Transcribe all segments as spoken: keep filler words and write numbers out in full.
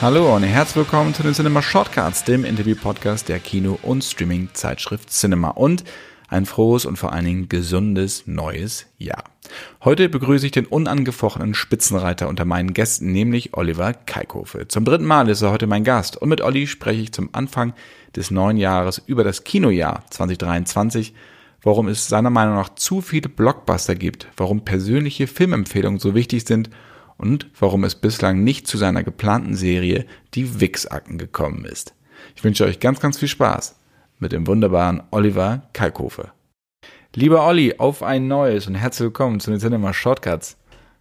Hallo und herzlich willkommen zu den Cinema Shortcuts, dem Interview-Podcast der Kino- und Streaming-Zeitschrift Cinema und ein frohes und vor allen Dingen gesundes neues Jahr. Heute begrüße ich den unangefochtenen Spitzenreiter unter meinen Gästen, nämlich Oliver Kalkofe. Zum dritten Mal ist er heute mein Gast und mit Olli spreche ich zum Anfang des neuen Jahres über das Kinojahr zwanzig dreiundzwanzig, warum es seiner Meinung nach zu viele Blockbuster gibt, warum persönliche Filmempfehlungen so wichtig sind und warum es bislang nicht zu seiner geplanten Serie Die Wix-Akten gekommen ist. Ich wünsche euch ganz, ganz viel Spaß mit dem wunderbaren Oliver Kalkofe. Lieber Olli, auf ein neues und herzlich willkommen zu den Cinema Shortcuts.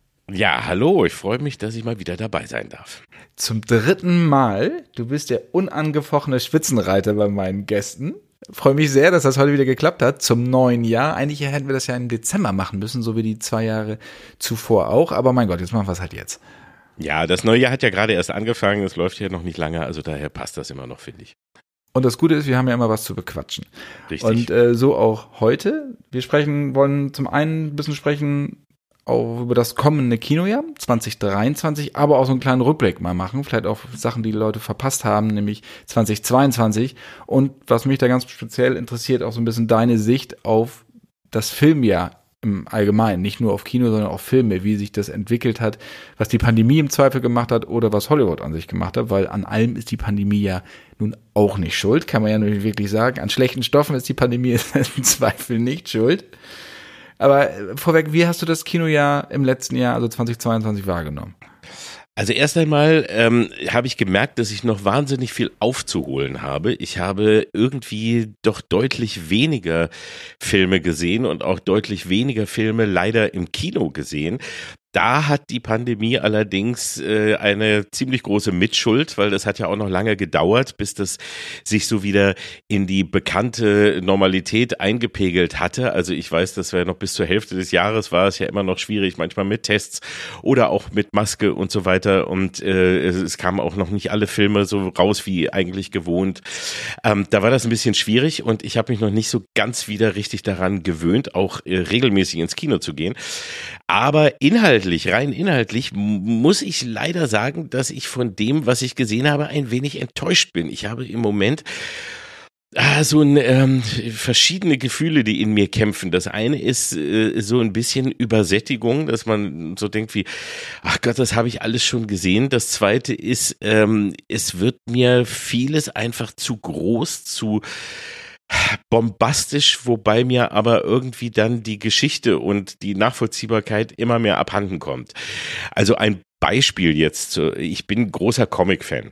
Ja, hallo, ich freue mich, dass ich mal wieder dabei sein darf. Zum dritten Mal, du bist der unangefochtene Spitzenreiter bei meinen Gästen. Freue mich sehr, dass das heute wieder geklappt hat zum neuen Jahr. Eigentlich hätten wir das ja im Dezember machen müssen, so wie die zwei Jahre zuvor auch. Aber mein Gott, jetzt machen wir es halt jetzt. Ja, das neue Jahr hat ja gerade erst angefangen. Es läuft ja noch nicht lange, also daher passt das immer noch, finde ich. Und das Gute ist, wir haben ja immer was zu bequatschen. Richtig. Und äh, so auch heute. Wir sprechen, wollen zum einen ein bisschen sprechen auch über das kommende Kinojahr zwanzig dreiundzwanzig, aber auch so einen kleinen Rückblick mal machen, vielleicht auch Sachen, die die Leute verpasst haben, nämlich zwanzig zweiundzwanzig. Und was mich da ganz speziell interessiert, auch so ein bisschen deine Sicht auf das Filmjahr im Allgemeinen, nicht nur auf Kino, sondern auch Filme, wie sich das entwickelt hat, was die Pandemie im Zweifel gemacht hat oder was Hollywood an sich gemacht hat, weil an allem ist die Pandemie ja nun auch nicht schuld, kann man ja nicht wirklich sagen. An schlechten Stoffen ist die Pandemie im Zweifel nicht schuld. Aber vorweg, wie hast du das Kinojahr im letzten Jahr, also zwanzig zweiundzwanzig, wahrgenommen? Also erst einmal ähm, habe ich gemerkt, dass ich noch wahnsinnig viel aufzuholen habe. Ich habe irgendwie doch deutlich weniger Filme gesehen und auch deutlich weniger Filme leider im Kino gesehen. Da hat die Pandemie allerdings äh, eine ziemlich große Mitschuld, weil das hat ja auch noch lange gedauert, bis das sich so wieder in die bekannte Normalität eingepegelt hatte. Also ich weiß, das war noch bis zur Hälfte des Jahres war es ja immer noch schwierig, manchmal mit Tests oder auch mit Maske und so weiter. Und äh, es, es kamen auch noch nicht alle Filme so raus wie eigentlich gewohnt. Ähm, da war das ein bisschen schwierig und ich habe mich noch nicht so ganz wieder richtig daran gewöhnt, auch äh, regelmäßig ins Kino zu gehen. Aber inhaltlich, rein inhaltlich muss ich leider sagen, dass ich von dem, was ich gesehen habe, ein wenig enttäuscht bin. Ich habe im Moment ah, so ein, ähm, verschiedene Gefühle, die in mir kämpfen. Das eine ist äh, so ein bisschen Übersättigung, dass man so denkt wie, ach Gott, das habe ich alles schon gesehen. Das zweite ist, ähm, es wird mir vieles einfach zu groß, zu bombastisch, wobei mir aber irgendwie dann die Geschichte und die Nachvollziehbarkeit immer mehr abhanden kommt. Also ein Beispiel jetzt, ich bin großer Comic-Fan.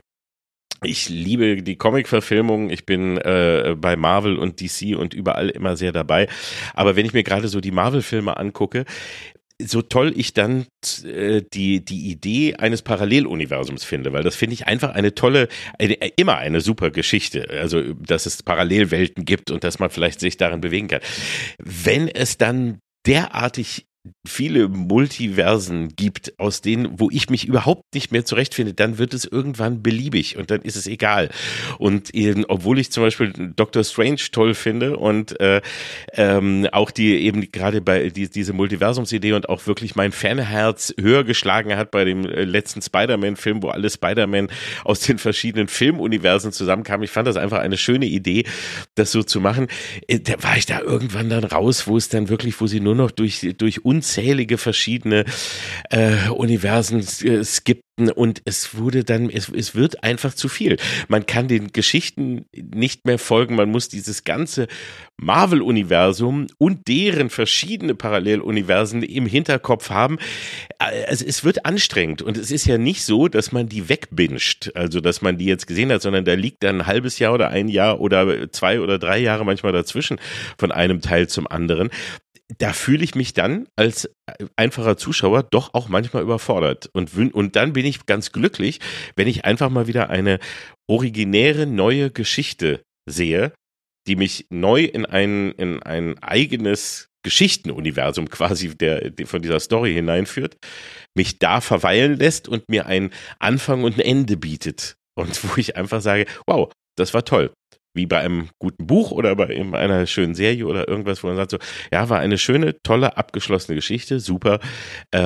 Ich liebe die Comic-Verfilmung, ich bin äh, bei Marvel und D C und überall immer sehr dabei. Aber wenn ich mir gerade so die Marvel-Filme angucke, so toll ich dann äh, die die Idee eines Paralleluniversums finde, weil das finde ich einfach eine tolle, eine, immer eine super Geschichte, also dass es Parallelwelten gibt und dass man vielleicht sich darin bewegen kann. Wenn es dann derartig viele Multiversen gibt, aus denen, wo ich mich überhaupt nicht mehr zurechtfinde, dann wird es irgendwann beliebig und dann ist es egal. Und eben, obwohl ich zum Beispiel Doctor Strange toll finde und äh, ähm, auch die eben gerade bei die, diese Multiversumsidee und auch wirklich mein Fanherz höher geschlagen hat bei dem äh, letzten Spider-Man-Film, wo alle Spider-Man aus den verschiedenen Filmuniversen zusammenkamen. Ich fand das einfach eine schöne Idee, das so zu machen. Äh, da war ich da irgendwann dann raus, wo es dann wirklich, wo sie nur noch durch durch unzählige verschiedene äh, Universen äh, skippten und es wurde dann, es, es wird einfach zu viel. Man kann den Geschichten nicht mehr folgen, man muss dieses ganze Marvel-Universum und deren verschiedene Paralleluniversen im Hinterkopf haben. Also es wird anstrengend und es ist ja nicht so, dass man die wegbinscht, also dass man die jetzt gesehen hat, sondern da liegt dann ein halbes Jahr oder ein Jahr oder zwei oder drei Jahre manchmal dazwischen von einem Teil zum anderen. Da fühle ich mich dann als einfacher Zuschauer doch auch manchmal überfordert. Und, und dann bin ich ganz glücklich, wenn ich einfach mal wieder eine originäre, neue Geschichte sehe, die mich neu in ein, in ein eigenes Geschichtenuniversum quasi der, der von dieser Story hineinführt, mich da verweilen lässt und mir einen Anfang und ein Ende bietet. Und wo ich einfach sage, wow, das war toll. Wie bei einem guten Buch oder bei einer schönen Serie oder irgendwas, wo man sagt so, ja, war eine schöne, tolle, abgeschlossene Geschichte, super, ähm,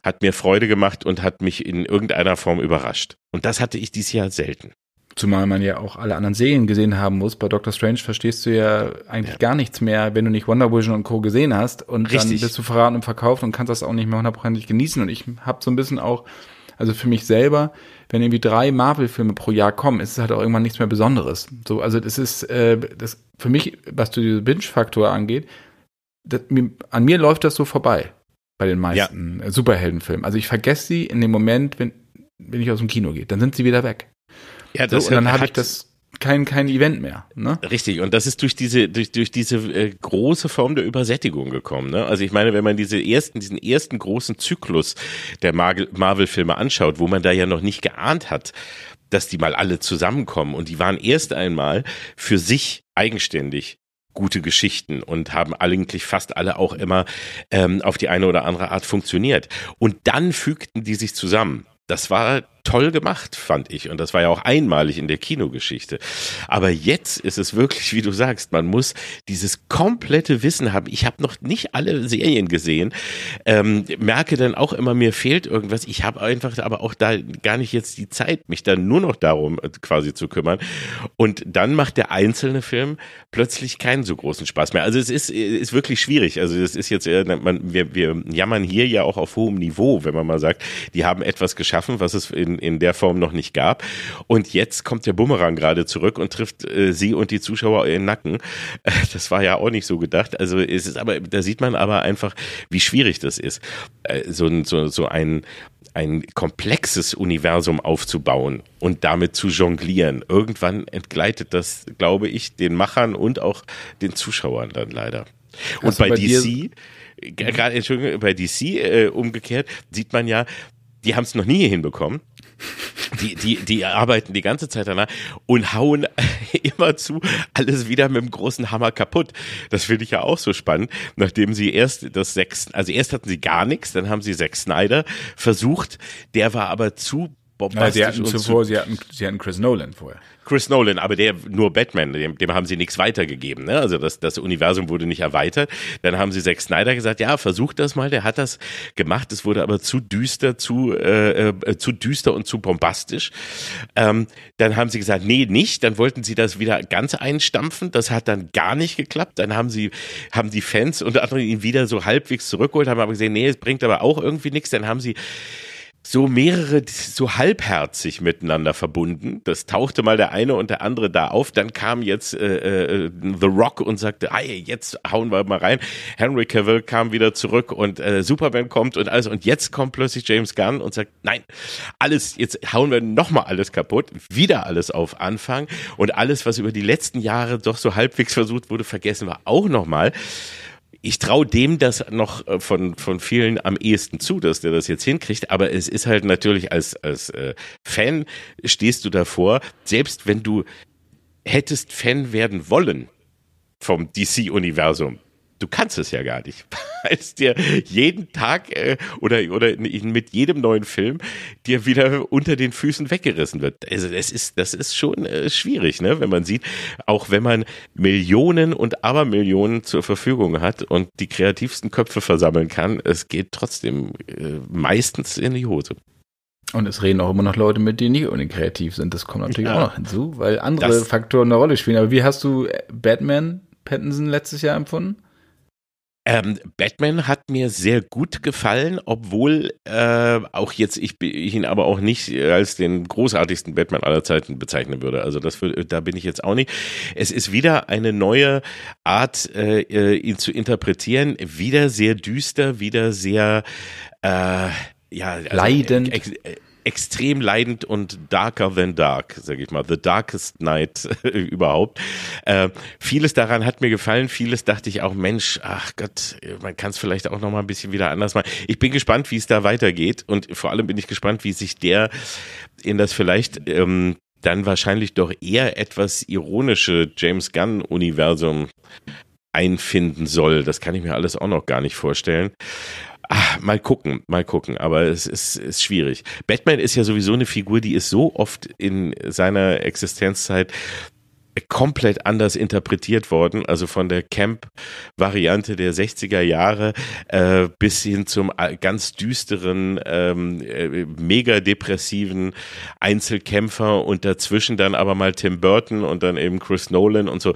hat mir Freude gemacht und hat mich in irgendeiner Form überrascht. Und das hatte ich dieses Jahr selten. Zumal man ja auch alle anderen Serien gesehen haben muss. Bei Doctor Strange verstehst du ja eigentlich ja. gar nichts mehr, wenn du nicht Wonder Vision und Co. gesehen hast. Und Richtig. Dann bist du verraten und verkauft und kannst das auch nicht mehr hundertprozentig genießen. Und ich habe so ein bisschen auch, also für mich selber, wenn irgendwie drei Marvel-Filme pro Jahr kommen, ist es halt auch irgendwann nichts mehr Besonderes. So, also das ist, äh, das für mich, was du diesen Binge-Faktor angeht, das, mir, an mir läuft das so vorbei bei den meisten ja. Superheldenfilmen. Also ich vergesse sie in dem Moment, wenn, wenn ich aus dem Kino gehe. Dann sind sie wieder weg. Ja, das so, und dann habe ich das kein kein Event mehr. Ne? Richtig, und das ist durch diese durch durch diese äh, große Form der Übersättigung gekommen. Ne? Also ich meine, wenn man diese ersten diesen ersten großen Zyklus der Marvel-Filme anschaut, wo man da ja noch nicht geahnt hat, dass die mal alle zusammenkommen, und die waren erst einmal für sich eigenständig gute Geschichten und haben eigentlich fast alle auch immer ähm, auf die eine oder andere Art funktioniert. Und dann fügten die sich zusammen. Das war toll gemacht, fand ich. Und das war ja auch einmalig in der Kinogeschichte. Aber jetzt ist es wirklich, wie du sagst, man muss dieses komplette Wissen haben. Ich habe noch nicht alle Serien gesehen, ähm, merke dann auch immer, mir fehlt irgendwas. Ich habe einfach aber auch da gar nicht jetzt die Zeit, mich dann nur noch darum quasi zu kümmern. Und dann macht der einzelne Film plötzlich keinen so großen Spaß mehr. Also es ist, ist wirklich schwierig. Also es ist jetzt, man, wir, wir jammern hier ja auch auf hohem Niveau, wenn man mal sagt, die haben etwas geschaffen, was es in in der Form noch nicht gab. Und jetzt kommt der Bumerang gerade zurück und trifft äh, sie und die Zuschauer in den Nacken. Äh, das war ja auch nicht so gedacht. Also es ist aber, da sieht man aber einfach, wie schwierig das ist, äh, so, so, so ein ein komplexes Universum aufzubauen und damit zu jonglieren. Irgendwann entgleitet das, glaube ich, den Machern und auch den Zuschauern dann leider. Und also bei, bei D C, gerade Entschuldigung, bei D C äh, umgekehrt, sieht man ja, die haben es noch nie hinbekommen. Die, die, die arbeiten die ganze Zeit danach und hauen immer zu alles wieder mit dem großen Hammer kaputt. Das finde ich ja auch so spannend, nachdem sie erst das sechs, also erst hatten sie gar nichts, dann haben sie Zack Snyder versucht, der war aber zu bombastisch. Sie hatten zuvor, sie hatten, sie hatten Chris Nolan vorher. Chris Nolan, aber der nur Batman, dem, dem haben sie nichts weitergegeben, ne? Also das, das Universum wurde nicht erweitert. Dann haben sie Zack Snyder gesagt, ja, versucht das mal, der hat das gemacht, es wurde aber zu düster, zu äh, äh, zu düster und zu bombastisch. Ähm, dann haben sie gesagt, nee, nicht, dann wollten sie das wieder ganz einstampfen, das hat dann gar nicht geklappt. Dann haben sie, haben die Fans unter anderem ihn wieder so halbwegs zurückgeholt, haben aber gesehen, nee, es bringt aber auch irgendwie nichts. Dann haben sie so mehrere, so halbherzig miteinander verbunden. Das tauchte mal der eine und der andere da auf. Dann kam jetzt äh, äh, The Rock und sagte, hey, jetzt hauen wir mal rein. Henry Cavill kam wieder zurück und äh, Superman kommt und alles. Und jetzt kommt plötzlich James Gunn und sagt, nein, alles, jetzt hauen wir nochmal alles kaputt. Wieder alles auf Anfang. Und alles, was über die letzten Jahre doch so halbwegs versucht wurde, vergessen wir auch nochmal. Ich traue dem das noch von von vielen am ehesten zu, dass der das jetzt hinkriegt, aber es ist halt natürlich als als äh, Fan stehst du davor, selbst wenn du hättest Fan werden wollen vom D C-Universum, du kannst es ja gar nicht, weil es dir jeden Tag äh, oder oder mit jedem neuen Film dir wieder unter den Füßen weggerissen wird. Also es ist das ist schon äh, schwierig, ne, wenn man sieht, auch wenn man Millionen und Abermillionen zur Verfügung hat und die kreativsten Köpfe versammeln kann, es geht trotzdem äh, meistens in die Hose. Und es reden auch immer noch Leute mit, die nicht unbedingt kreativ sind. Das kommt natürlich ja. auch noch hinzu, weil andere das, Faktoren eine Rolle spielen. Aber wie hast du Batman Pattinson letztes Jahr empfunden? Ähm, Batman hat mir sehr gut gefallen, obwohl äh, auch jetzt ich, ich ihn aber auch nicht als den großartigsten Batman aller Zeiten bezeichnen würde. Also das da bin ich jetzt auch nicht. Es ist wieder eine neue Art, äh, ihn zu interpretieren. Wieder sehr düster, wieder sehr äh, ja also, leidend. Ex, ex, extrem leidend und darker than dark, sage ich mal. The darkest night überhaupt. Äh, vieles daran hat mir gefallen, vieles dachte ich auch, Mensch, ach Gott, man kann es vielleicht auch noch mal ein bisschen wieder anders machen. Ich bin gespannt, wie es da weitergeht und vor allem bin ich gespannt, wie sich der in das vielleicht ähm, dann wahrscheinlich doch eher etwas ironische James Gunn-Universum einfinden soll. Das kann ich mir alles auch noch gar nicht vorstellen. Ach, mal gucken, mal gucken, aber es ist, ist schwierig. Batman ist ja sowieso eine Figur, die ist so oft in seiner Existenzzeit komplett anders interpretiert worden, also von der Camp-Variante der sechziger Jahre äh, bis hin zum ganz düsteren, ähm, äh, mega depressiven Einzelkämpfer und dazwischen dann aber mal Tim Burton und dann eben Chris Nolan und so.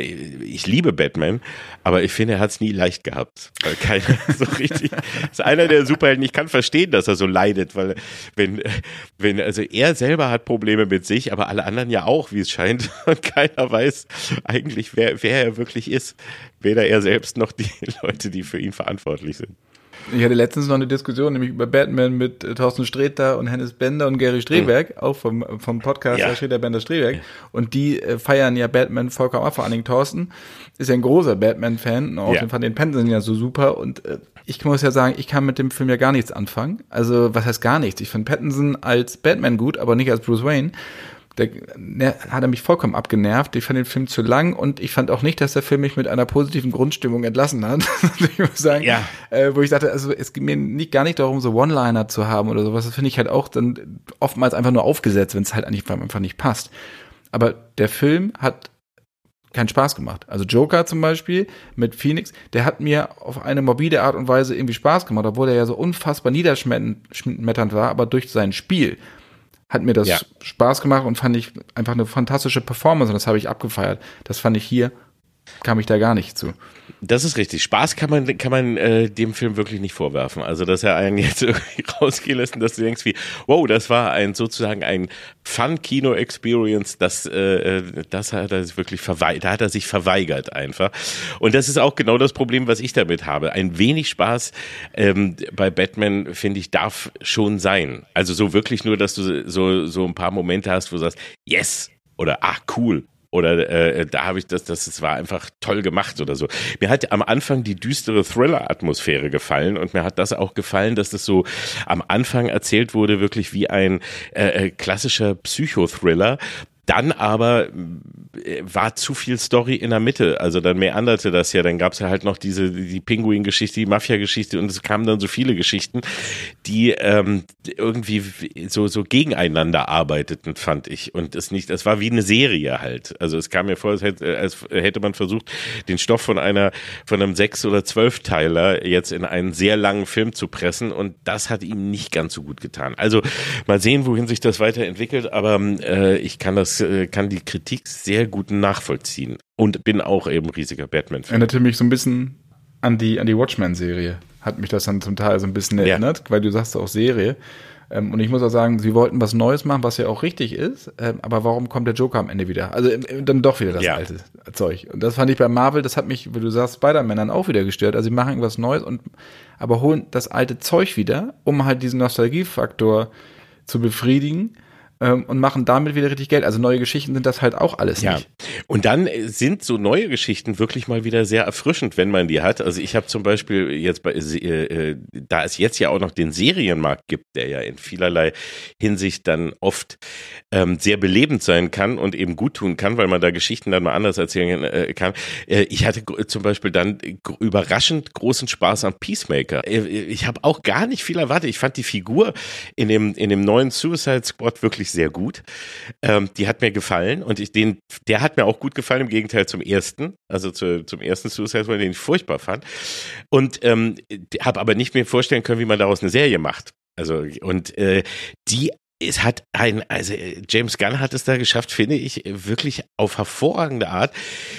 Ich liebe Batman, aber ich finde, er hat es nie leicht gehabt, weil keiner so richtig, ist einer der Superhelden, ich kann verstehen, dass er so leidet, weil wenn, wenn, also er selber hat Probleme mit sich, aber alle anderen ja auch, wie es scheint, und keiner weiß eigentlich, wer, wer er wirklich ist. Weder er selbst noch die Leute, die für ihn verantwortlich sind. Ich hatte letztens noch eine Diskussion, nämlich über Batman mit äh, Thorsten Sträter und Hennes Bender und Gary Streberg, mhm. auch vom, vom Podcast ja. Sträter, Bender, Streberg. Ja. Und die äh, feiern ja Batman vollkommen ab, vor allen Dingen Thorsten ist ja ein großer Batman-Fan und auch ja. fand den Pattinson ja so super. Und äh, ich muss ja sagen, ich kann mit dem Film ja gar nichts anfangen. Also, was heißt gar nichts? Ich fand Pattinson als Batman gut, aber nicht als Bruce Wayne. Der, der hat er mich vollkommen abgenervt. Ich fand den Film zu lang und ich fand auch nicht, dass der Film mich mit einer positiven Grundstimmung entlassen hat. Ich muss sagen, ja. äh, wo ich dachte, also es geht mir nicht, gar nicht darum, so One-Liner zu haben oder sowas. Das finde ich halt auch dann oftmals einfach nur aufgesetzt, wenn es halt eigentlich einfach nicht passt. Aber der Film hat keinen Spaß gemacht. Also Joker zum Beispiel mit Phoenix, der hat mir auf eine morbide Art und Weise irgendwie Spaß gemacht, obwohl er ja so unfassbar niederschmetternd war, aber durch sein Spiel hat mir das ja. Spaß gemacht und fand ich einfach eine fantastische Performance und das habe ich abgefeiert. Das fand ich hier, kam ich da gar nicht zu. Das ist richtig. Spaß kann man kann man äh, dem Film wirklich nicht vorwerfen. Also, dass er einen jetzt irgendwie rausgehen lässt und dass du denkst wie, wow, das war ein sozusagen ein Fun-Kino-Experience, das, äh, das hat er sich wirklich verweigert, da hat er sich verweigert einfach. Und das ist auch genau das Problem, was ich damit habe. Ein wenig Spaß ähm, bei Batman, finde ich, darf schon sein. Also so wirklich nur, dass du so, so ein paar Momente hast, wo du sagst, yes, oder ach, cool. Oder äh, da habe ich das, das, das war einfach toll gemacht oder so. Mir hat am Anfang die düstere Thriller-Atmosphäre gefallen und mir hat das auch gefallen, dass das so am Anfang erzählt wurde, wirklich wie ein äh, klassischer Psychothriller. Dann aber äh, war zu viel Story in der Mitte, also dann meanderte das ja, dann gab es ja halt noch diese die Pinguin-Geschichte, die Mafia-Geschichte und es kamen dann so viele Geschichten, die ähm, irgendwie so so gegeneinander arbeiteten, fand ich, und es nicht, es war wie eine Serie halt, also es kam mir vor, als hätte, als hätte man versucht, den Stoff von einer von einem sechs- oder zwölfteiler jetzt in einen sehr langen Film zu pressen und das hat ihm nicht ganz so gut getan. Also mal sehen, wohin sich das weiterentwickelt, aber äh, ich kann das kann die Kritik sehr gut nachvollziehen und bin auch eben riesiger Batman-Fan. Erinnerte mich so ein bisschen an die, an die Watchmen-Serie. Hat mich das dann zum Teil so ein bisschen erinnert, ja. Weil du sagst auch Serie. Und ich muss auch sagen, sie wollten was Neues machen, was ja auch richtig ist, aber warum kommt der Joker am Ende wieder? Also dann doch wieder das ja. alte Zeug. Und das fand ich bei Marvel, das hat mich, wie du sagst, Spider-Man dann auch wieder gestört. Also sie machen irgendwas Neues, und aber holen das alte Zeug wieder, um halt diesen Nostalgiefaktor zu befriedigen. Und machen damit wieder richtig Geld. Also neue Geschichten sind das halt auch alles ja. nicht. Und dann sind so neue Geschichten wirklich mal wieder sehr erfrischend, wenn man die hat. Also ich habe zum Beispiel jetzt bei, äh, da es jetzt ja auch noch den Serienmarkt gibt, der ja in vielerlei Hinsicht dann oft ähm, sehr belebend sein kann und eben gut tun kann, weil man da Geschichten dann mal anders erzählen äh, kann. Äh, ich hatte g- zum Beispiel dann g- überraschend großen Spaß an Peacemaker. Äh, ich habe auch gar nicht viel erwartet. Ich fand die Figur in dem in dem neuen Suicide Squad wirklich sehr gut. Ähm, die hat mir gefallen und ich, den, der hat mir auch gut gefallen, im Gegenteil zum ersten, also zu, zum ersten Suicide Squad, den ich furchtbar fand. Und ähm, habe aber nicht mehr vorstellen können, wie man daraus eine Serie macht. Also und äh, die es hat ein, also James Gunn hat es da geschafft, finde ich, wirklich auf hervorragende Art,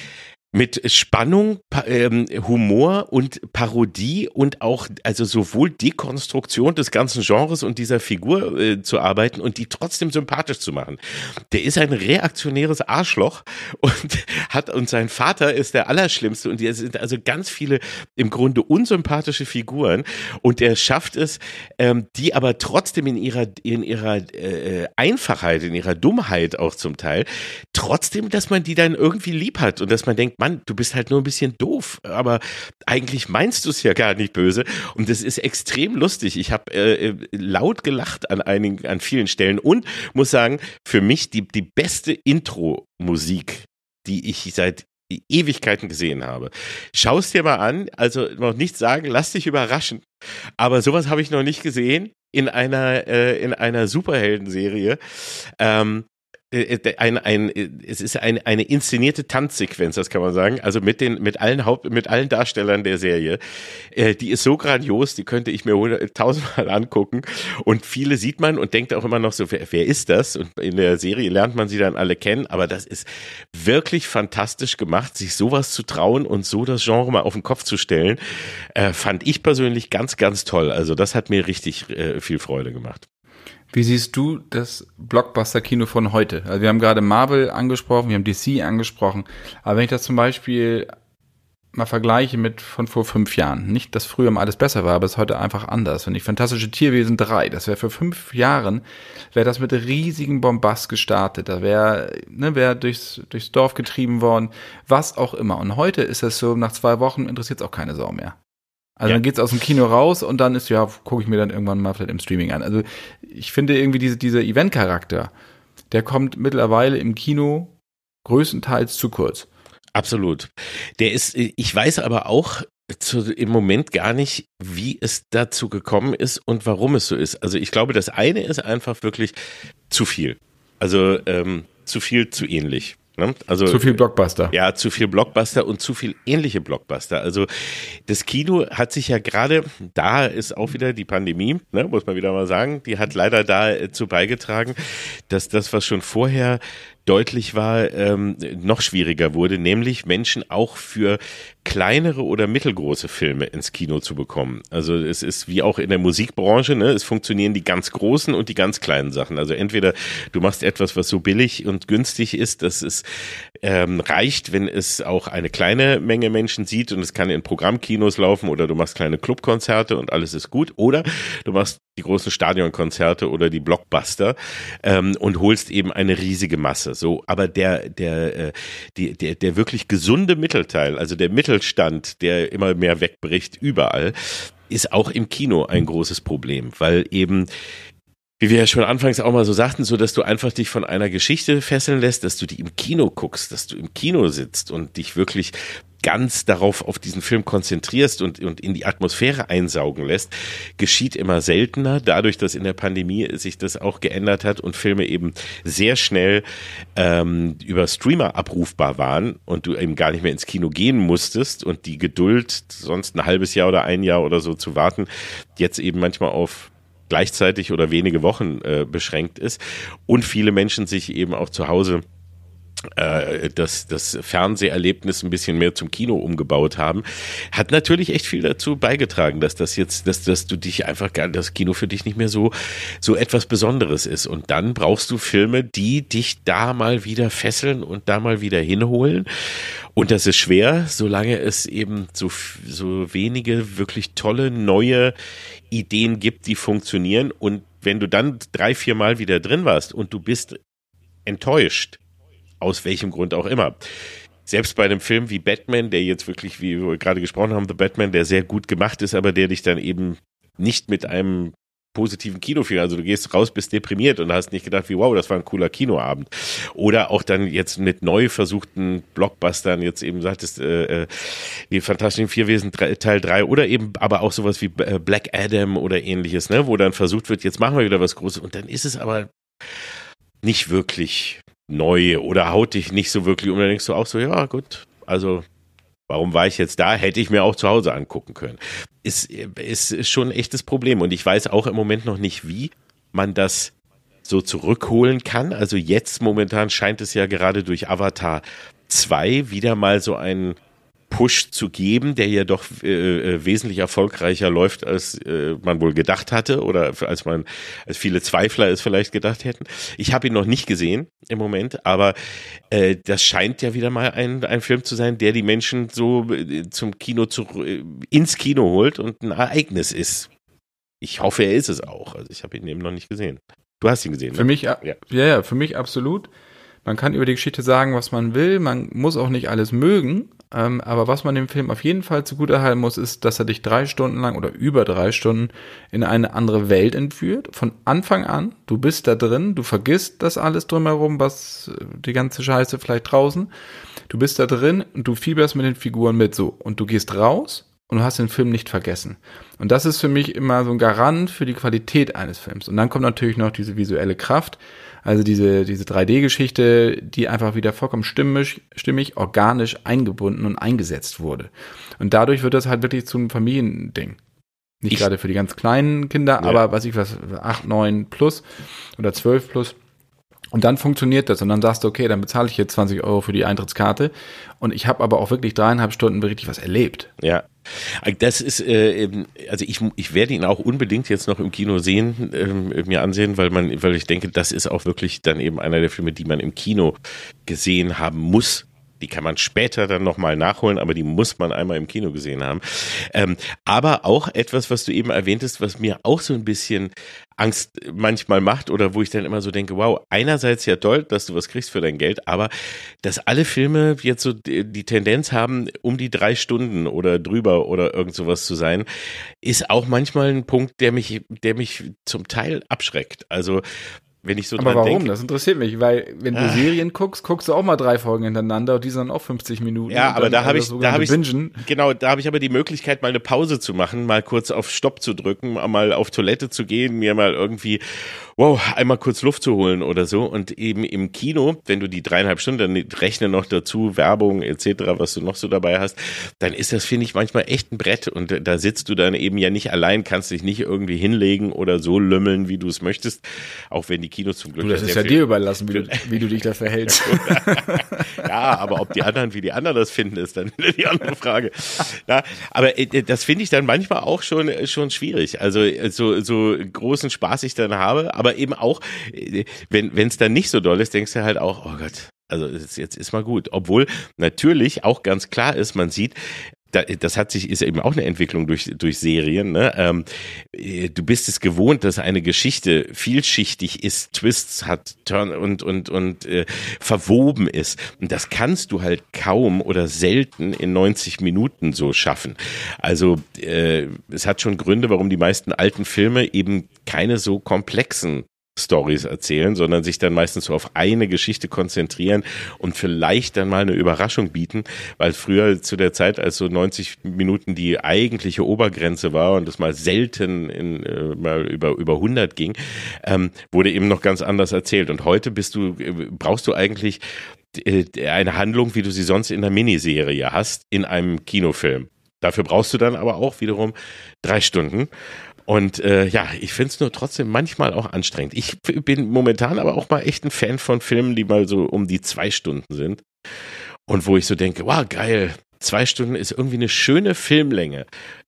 mit Spannung, pa- ähm, Humor und Parodie und auch, also sowohl Dekonstruktion des ganzen Genres und dieser Figur äh, zu arbeiten und die trotzdem sympathisch zu machen. Der ist ein reaktionäres Arschloch und hat, und sein Vater ist der Allerschlimmste und es sind also ganz viele im Grunde unsympathische Figuren und er schafft es, ähm, die aber trotzdem in ihrer, in ihrer äh, Einfachheit, in ihrer Dummheit auch zum Teil, trotzdem, dass man die dann irgendwie lieb hat und dass man denkt, Mann, du bist halt nur ein bisschen doof, aber eigentlich meinst du es ja gar nicht böse und das ist extrem lustig. Ich habe äh, laut gelacht an einigen, an vielen Stellen und muss sagen, für mich die, die beste Intro-Musik, die ich seit Ewigkeiten gesehen habe. Schau es dir mal an, also noch nicht sagen, lass dich überraschen, aber sowas habe ich noch nicht gesehen in einer, äh, in einer Superhelden-Serie. Ähm, ein, ein, es ist eine, eine inszenierte Tanzsequenz, das kann man sagen. Also mit den, mit allen Haupt, mit allen Darstellern der Serie. Äh, die ist so grandios, die könnte ich mir tausendmal angucken. Und viele sieht man und denkt auch immer noch so, wer, wer ist das? Und in der Serie lernt man sie dann alle kennen. Aber das ist wirklich fantastisch gemacht, sich sowas zu trauen und so das Genre mal auf den Kopf zu stellen. Äh, fand ich persönlich ganz, ganz toll. Also das hat mir richtig äh, viel Freude gemacht. Wie siehst du das Blockbuster-Kino von heute? Also wir haben gerade Marvel angesprochen, wir haben D C angesprochen, aber wenn ich das zum Beispiel mal vergleiche mit von vor fünf Jahren, nicht, dass früher mal alles besser war, aber es ist heute einfach anders. Wenn ich Fantastische Tierwesen drei, das wäre vor fünf Jahren, wäre das mit riesigen Bombast gestartet, da wäre ne, wär durchs, durchs Dorf getrieben worden, was auch immer. Und heute ist es so, nach zwei Wochen interessiert es auch keine Sau mehr. Also ja. Dann geht's aus dem Kino raus und dann ist, ja, gucke ich mir dann irgendwann mal vielleicht im Streaming an. Also ich finde irgendwie diese, dieser Event-Charakter, der kommt mittlerweile im Kino größtenteils zu kurz. Absolut. Der ist, ich weiß aber auch zu, im Moment gar nicht, wie es dazu gekommen ist und warum es so ist. Also ich glaube, das eine ist einfach wirklich zu viel. Also ähm, zu viel, zu ähnlich. Also, zu viel Blockbuster. Ja, zu viel Blockbuster und zu viel ähnliche Blockbuster. Also das Kino hat sich ja gerade, da ist auch wieder die Pandemie, ne, muss man wieder mal sagen, die hat leider dazu beigetragen, dass das, was schon vorher deutlich war, ähm, noch schwieriger wurde, nämlich Menschen auch für kleinere oder mittelgroße Filme ins Kino zu bekommen. Also es ist wie auch in der Musikbranche, ne, es funktionieren die ganz großen und die ganz kleinen Sachen. Also entweder du machst etwas, was so billig und günstig ist, dass es ähm, reicht, wenn es auch eine kleine Menge Menschen sieht und es kann in Programmkinos laufen, oder du machst kleine Clubkonzerte und alles ist gut, oder du machst die großen Stadionkonzerte oder die Blockbuster ähm, und holst eben eine riesige Masse. So, aber der der äh, die, der der wirklich gesunde Mittelteil, also der Mittelstand, der immer mehr wegbricht überall, ist auch im Kino ein großes Problem, weil eben, wie wir ja schon anfangs auch mal so sagten, so dass du einfach dich von einer Geschichte fesseln lässt, dass du die im Kino guckst, dass du im Kino sitzt und dich wirklich ganz darauf auf diesen Film konzentrierst und, und in die Atmosphäre einsaugen lässt, geschieht immer seltener, dadurch, dass in der Pandemie sich das auch geändert hat und Filme eben sehr schnell ähm, über Streamer abrufbar waren und du eben gar nicht mehr ins Kino gehen musstest und die Geduld, sonst ein halbes Jahr oder ein Jahr oder so zu warten, jetzt eben manchmal auf gleichzeitig oder wenige Wochen äh, beschränkt ist und viele Menschen sich eben auch zu Hause das, das Fernseherlebnis ein bisschen mehr zum Kino umgebaut haben, hat natürlich echt viel dazu beigetragen, dass das jetzt, dass, dass du dich einfach gar, das Kino für dich nicht mehr so, so etwas Besonderes ist. Und dann brauchst du Filme, die dich da mal wieder fesseln und da mal wieder hinholen. Und das ist schwer, solange es eben so, so wenige wirklich tolle, neue Ideen gibt, die funktionieren. Und wenn du dann drei, vier Mal wieder drin warst und du bist enttäuscht, aus welchem Grund auch immer. Selbst bei einem Film wie Batman, der jetzt wirklich, wie wir gerade gesprochen haben, The Batman, der sehr gut gemacht ist, aber der dich dann eben nicht mit einem positiven Kinofilm, also du gehst raus, bist deprimiert und hast nicht gedacht, wie wow, das war ein cooler Kinoabend. Oder auch dann jetzt mit neu versuchten Blockbustern, jetzt eben sagtest, äh, die Fantastischen Tierwesen Teil drei oder eben aber auch sowas wie Black Adam oder ähnliches, ne, wo dann versucht wird, jetzt machen wir wieder was Großes und dann ist es aber nicht wirklich neu oder haut dich nicht so wirklich um, dann denkst du auch so, ja gut, also warum war ich jetzt da? Hätte ich mir auch zu Hause angucken können. Ist, ist, ist schon ein echtes Problem und ich weiß auch im Moment noch nicht, wie man das so zurückholen kann. Also jetzt momentan scheint es ja gerade durch Avatar zwei wieder mal so einen Push zu geben, der ja doch äh, wesentlich erfolgreicher läuft, als äh, man wohl gedacht hatte oder als man, als viele Zweifler es vielleicht gedacht hätten. Ich habe ihn noch nicht gesehen im Moment, aber äh, das scheint ja wieder mal ein, ein Film zu sein, der die Menschen so äh, zum Kino zu, äh, ins Kino holt und ein Ereignis ist. Ich hoffe, er ist es auch. Also ich habe ihn eben noch nicht gesehen. Du hast ihn gesehen, Für ne? mich, ja, ja, ja, für mich absolut. Man kann über die Geschichte sagen, was man will. Man muss auch nicht alles mögen. Ähm, aber was man dem Film auf jeden Fall zugutehalten muss, ist, dass er dich drei Stunden lang oder über drei Stunden in eine andere Welt entführt. Von Anfang an. Du bist da drin. Du vergisst das alles drumherum, was die ganze Scheiße vielleicht draußen. Du bist da drin und du fieberst mit den Figuren mit so. Und du gehst raus und du hast den Film nicht vergessen. Und das ist für mich immer so ein Garant für die Qualität eines Films. Und dann kommt natürlich noch diese visuelle Kraft, also diese diese drei D-Geschichte, die einfach wieder vollkommen stimmig, stimmig, organisch eingebunden und eingesetzt wurde. Und dadurch wird das halt wirklich zum Familiending. Nicht ich, gerade für die ganz kleinen Kinder, ja. aber weiß ich was, acht, neun plus oder zwölf plus. Und dann funktioniert das und dann sagst du, okay, dann bezahle ich jetzt zwanzig Euro für die Eintrittskarte und ich habe aber auch wirklich dreieinhalb Stunden richtig was erlebt. Ja, das ist, äh, also ich, ich werde ihn auch unbedingt jetzt noch im Kino sehen, äh, mir ansehen, weil man, weil ich denke, das ist auch wirklich dann eben einer der Filme, die man im Kino gesehen haben muss. Die kann man später dann nochmal nachholen, aber die muss man einmal im Kino gesehen haben. Ähm, aber auch etwas, was du eben erwähntest, was mir auch so ein bisschen Angst manchmal macht oder wo ich dann immer so denke, wow, einerseits ja toll, dass du was kriegst für dein Geld, aber dass alle Filme jetzt so die Tendenz haben, um die drei Stunden oder drüber oder irgend sowas zu sein, ist auch manchmal ein Punkt, der mich, der mich zum Teil abschreckt. Also wenn ich so aber dran warum? Denk, das interessiert mich, weil wenn du ah. Serien guckst, guckst du auch mal drei Folgen hintereinander und die sind dann auch fünfzig Minuten. Ja, aber da habe ich, da habe ich, bingen. genau, da habe ich aber die Möglichkeit, mal eine Pause zu machen, mal kurz auf Stopp zu drücken, mal auf Toilette zu gehen, mir mal irgendwie, wow, einmal kurz Luft zu holen oder so. Und eben im Kino, wenn du die dreieinhalb Stunden, dann rechne noch dazu Werbung et cetera, was du noch so dabei hast, dann ist das, finde ich, manchmal echt ein Brett. Und da sitzt du dann eben ja nicht allein, kannst dich nicht irgendwie hinlegen oder so lümmeln, wie du es möchtest, auch wenn die Kinos zum Glück. Du, das ist ja dir überlassen, wie du, wie du dich da verhältst. Ja, aber ob die anderen, wie die anderen das finden, ist dann wieder die andere Frage. Ja, aber das finde ich dann manchmal auch schon, schon schwierig. Also so, so großen Spaß ich dann habe, aber eben auch, wenn wenn es dann nicht so doll ist, denkst du halt auch, oh Gott, also jetzt, jetzt ist mal gut. Obwohl natürlich auch ganz klar ist, man sieht, das hat sich, ist eben auch eine Entwicklung durch, durch Serien, ne? Ähm, du bist es gewohnt, dass eine Geschichte vielschichtig ist, Twists hat, Turn und, und, und, äh, verwoben ist. Und das kannst du halt kaum oder selten in neunzig Minuten so schaffen. Also, äh, es hat schon Gründe, warum die meisten alten Filme eben keine so komplexen Stories erzählen, sondern sich dann meistens so auf eine Geschichte konzentrieren und vielleicht dann mal eine Überraschung bieten, weil früher zu der Zeit, als so neunzig Minuten die eigentliche Obergrenze war und es mal selten in, äh, mal über über hundert ging, ähm, wurde eben noch ganz anders erzählt. Und heute bist du, brauchst du eigentlich äh, eine Handlung, wie du sie sonst in einer Miniserie hast, in einem Kinofilm. Dafür brauchst du dann aber auch wiederum drei Stunden. Und äh, ja, ich finde es nur trotzdem manchmal auch anstrengend. Ich bin momentan aber auch mal echt ein Fan von Filmen, die mal so um die zwei Stunden sind. Und wo ich so denke, wow, geil, zwei Stunden ist irgendwie eine schöne Filmlänge.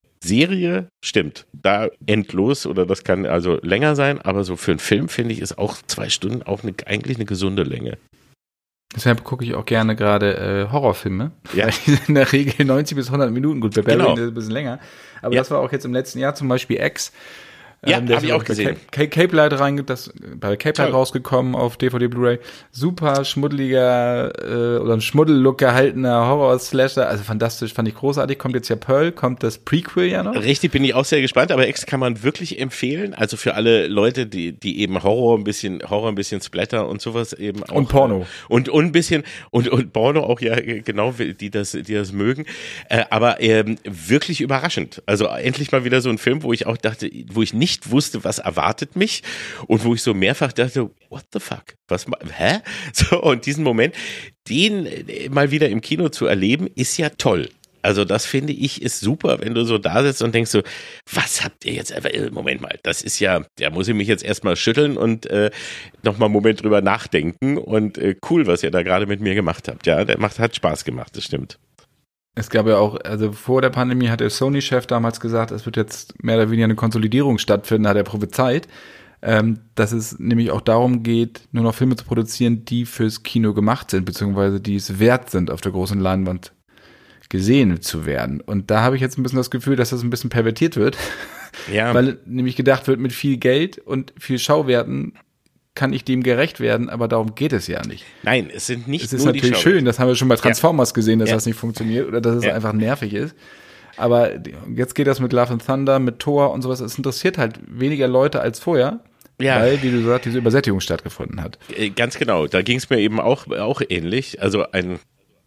Serie, stimmt, da endlos oder das kann also länger sein, aber so für einen Film finde ich, ist auch zwei Stunden auch eine, eigentlich eine gesunde Länge. Deshalb gucke ich auch gerne gerade äh, Horrorfilme, ja. weil die sind in der Regel neunzig bis hundert Minuten. Gut, bei Berlin genau. ist es ein bisschen länger. Aber ja. das war auch jetzt im letzten Jahr zum Beispiel X. Ja, ähm, habe ich auch gesehen. Cape, Cape Light rein, das bei Cape Light rausgekommen auf D V D Blu-ray. Super schmuddeliger äh, oder ein Schmuddellook gehaltener Horror-Slasher. Also fantastisch, fand ich großartig. Kommt jetzt ja Pearl, kommt das Prequel ja noch. Richtig, bin ich auch sehr gespannt. Aber X kann man wirklich empfehlen. Also für alle Leute, die die eben Horror ein bisschen Horror ein bisschen Splatter und sowas eben auch und Porno und und ein bisschen und und Porno auch ja genau, die das die das mögen. Äh, aber ähm, wirklich überraschend. Also endlich mal wieder so ein Film, wo ich auch dachte, wo ich nicht wusste, was erwartet mich und wo ich so mehrfach dachte, what the fuck? Was, hä? So, und diesen Moment, den mal wieder im Kino zu erleben, ist ja toll. Also das finde ich ist super, wenn du so da sitzt und denkst so, was habt ihr jetzt, Moment mal, das ist ja, da muss ich mich jetzt erstmal schütteln und äh, nochmal einen Moment drüber nachdenken und äh, cool, was ihr da gerade mit mir gemacht habt. Ja, der macht, hat Spaß gemacht, das stimmt. Es gab ja auch, also vor der Pandemie hat der Sony-Chef damals gesagt, es wird jetzt mehr oder weniger eine Konsolidierung stattfinden, hat er prophezeit, ähm, dass es nämlich auch darum geht, nur noch Filme zu produzieren, die fürs Kino gemacht sind, beziehungsweise die es wert sind, auf der großen Leinwand gesehen zu werden. Und da habe ich jetzt ein bisschen das Gefühl, dass das ein bisschen pervertiert wird, ja. Weil nämlich gedacht wird, mit viel Geld und viel Schauwerten kann ich dem gerecht werden, aber darum geht es ja nicht. Nein, es sind nicht es ist nur natürlich die schön, das haben wir schon bei Transformers ja. gesehen, dass ja. das nicht funktioniert oder dass es ja. einfach nervig ist. Aber jetzt geht das mit Love and Thunder, mit Thor und sowas. Es interessiert halt weniger Leute als vorher, ja. weil, wie du sagst, diese Übersättigung stattgefunden hat. Ganz genau, da ging es mir eben auch, auch ähnlich. Also ein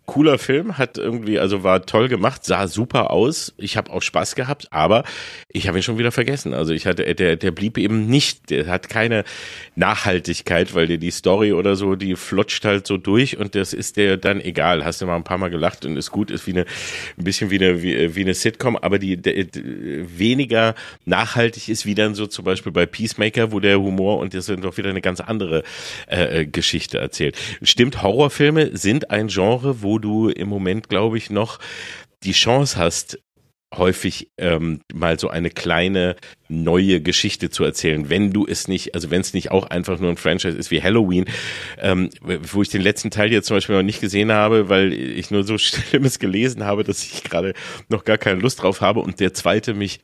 cooler Film, hat irgendwie, also war toll gemacht, sah super aus. Ich habe auch Spaß gehabt, aber ich habe ihn schon wieder vergessen. Also ich hatte, der, der blieb eben nicht, der hat keine Nachhaltigkeit, weil dir die Story oder so, die flutscht halt so durch und das ist dir dann egal. Hast du mal ein paar Mal gelacht und ist gut, ist wie eine, ein bisschen wie eine, wie, wie eine Sitcom, aber die, der, weniger nachhaltig ist wie dann so zum Beispiel bei Peacemaker, wo der Humor und das sind doch wieder eine ganz andere äh, Geschichte erzählt. Stimmt, Horrorfilme sind ein Genre, wo du im Moment, glaube ich, noch die Chance hast, häufig ähm, mal so eine kleine neue Geschichte zu erzählen, wenn du es nicht, also wenn es nicht auch einfach nur ein Franchise ist wie Halloween, ähm, wo ich den letzten Teil jetzt zum Beispiel noch nicht gesehen habe, weil ich nur so Schlimmes gelesen habe, dass ich gerade noch gar keine Lust drauf habe und der zweite mich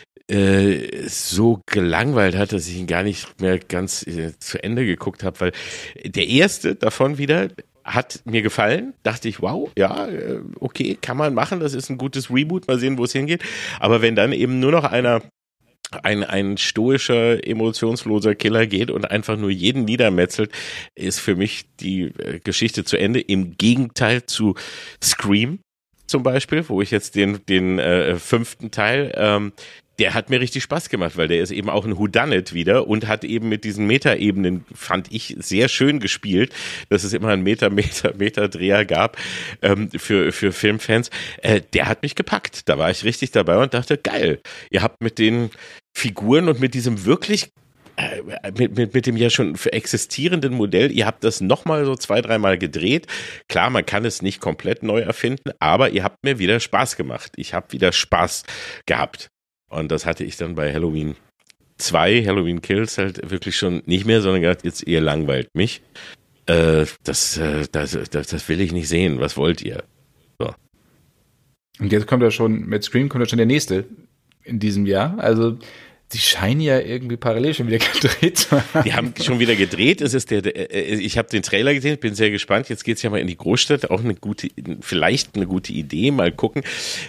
äh, so gelangweilt hat, dass ich ihn gar nicht mehr ganz äh, zu Ende geguckt habe, weil der erste davon wieder hat mir gefallen, dachte ich, wow, ja, okay, kann man machen, das ist ein gutes Reboot, mal sehen, wo es hingeht. Aber wenn dann eben nur noch einer, ein, ein stoischer, emotionsloser Killer geht und einfach nur jeden niedermetzelt, ist für mich die Geschichte zu Ende. Im Gegenteil zu Scream zum Beispiel, wo ich jetzt den, den äh, fünften Teil ähm, der hat mir richtig Spaß gemacht, weil der ist eben auch ein Whodunit wieder und hat eben mit diesen Meta-Ebenen, fand ich, sehr schön gespielt, dass es immer einen Meter, Meter, Meter-Dreher gab ähm, für, für Filmfans. Äh, der hat mich gepackt. Da war ich richtig dabei und dachte, geil, ihr habt mit den Figuren und mit diesem wirklich äh, mit, mit, mit dem ja schon für existierenden Modell, ihr habt das nochmal so zwei, dreimal gedreht. Klar, man kann es nicht komplett neu erfinden, aber ihr habt mir wieder Spaß gemacht. Ich habe wieder Spaß gehabt. Und das hatte ich dann bei Halloween zwei, Halloween Kills halt wirklich schon nicht mehr, sondern gedacht, jetzt ihr langweilt mich. Äh, das, äh, das, das, das will ich nicht sehen. Was wollt ihr? So. Und jetzt kommt ja schon, mit Scream kommt ja schon der nächste in diesem Jahr. Also die scheinen ja irgendwie parallel schon wieder gedreht zu haben. Die haben schon wieder gedreht. Es ist der, der ich habe den Trailer gesehen, bin sehr gespannt. Jetzt geht's ja mal in die Großstadt. Auch eine gute, vielleicht eine gute Idee. Mal gucken.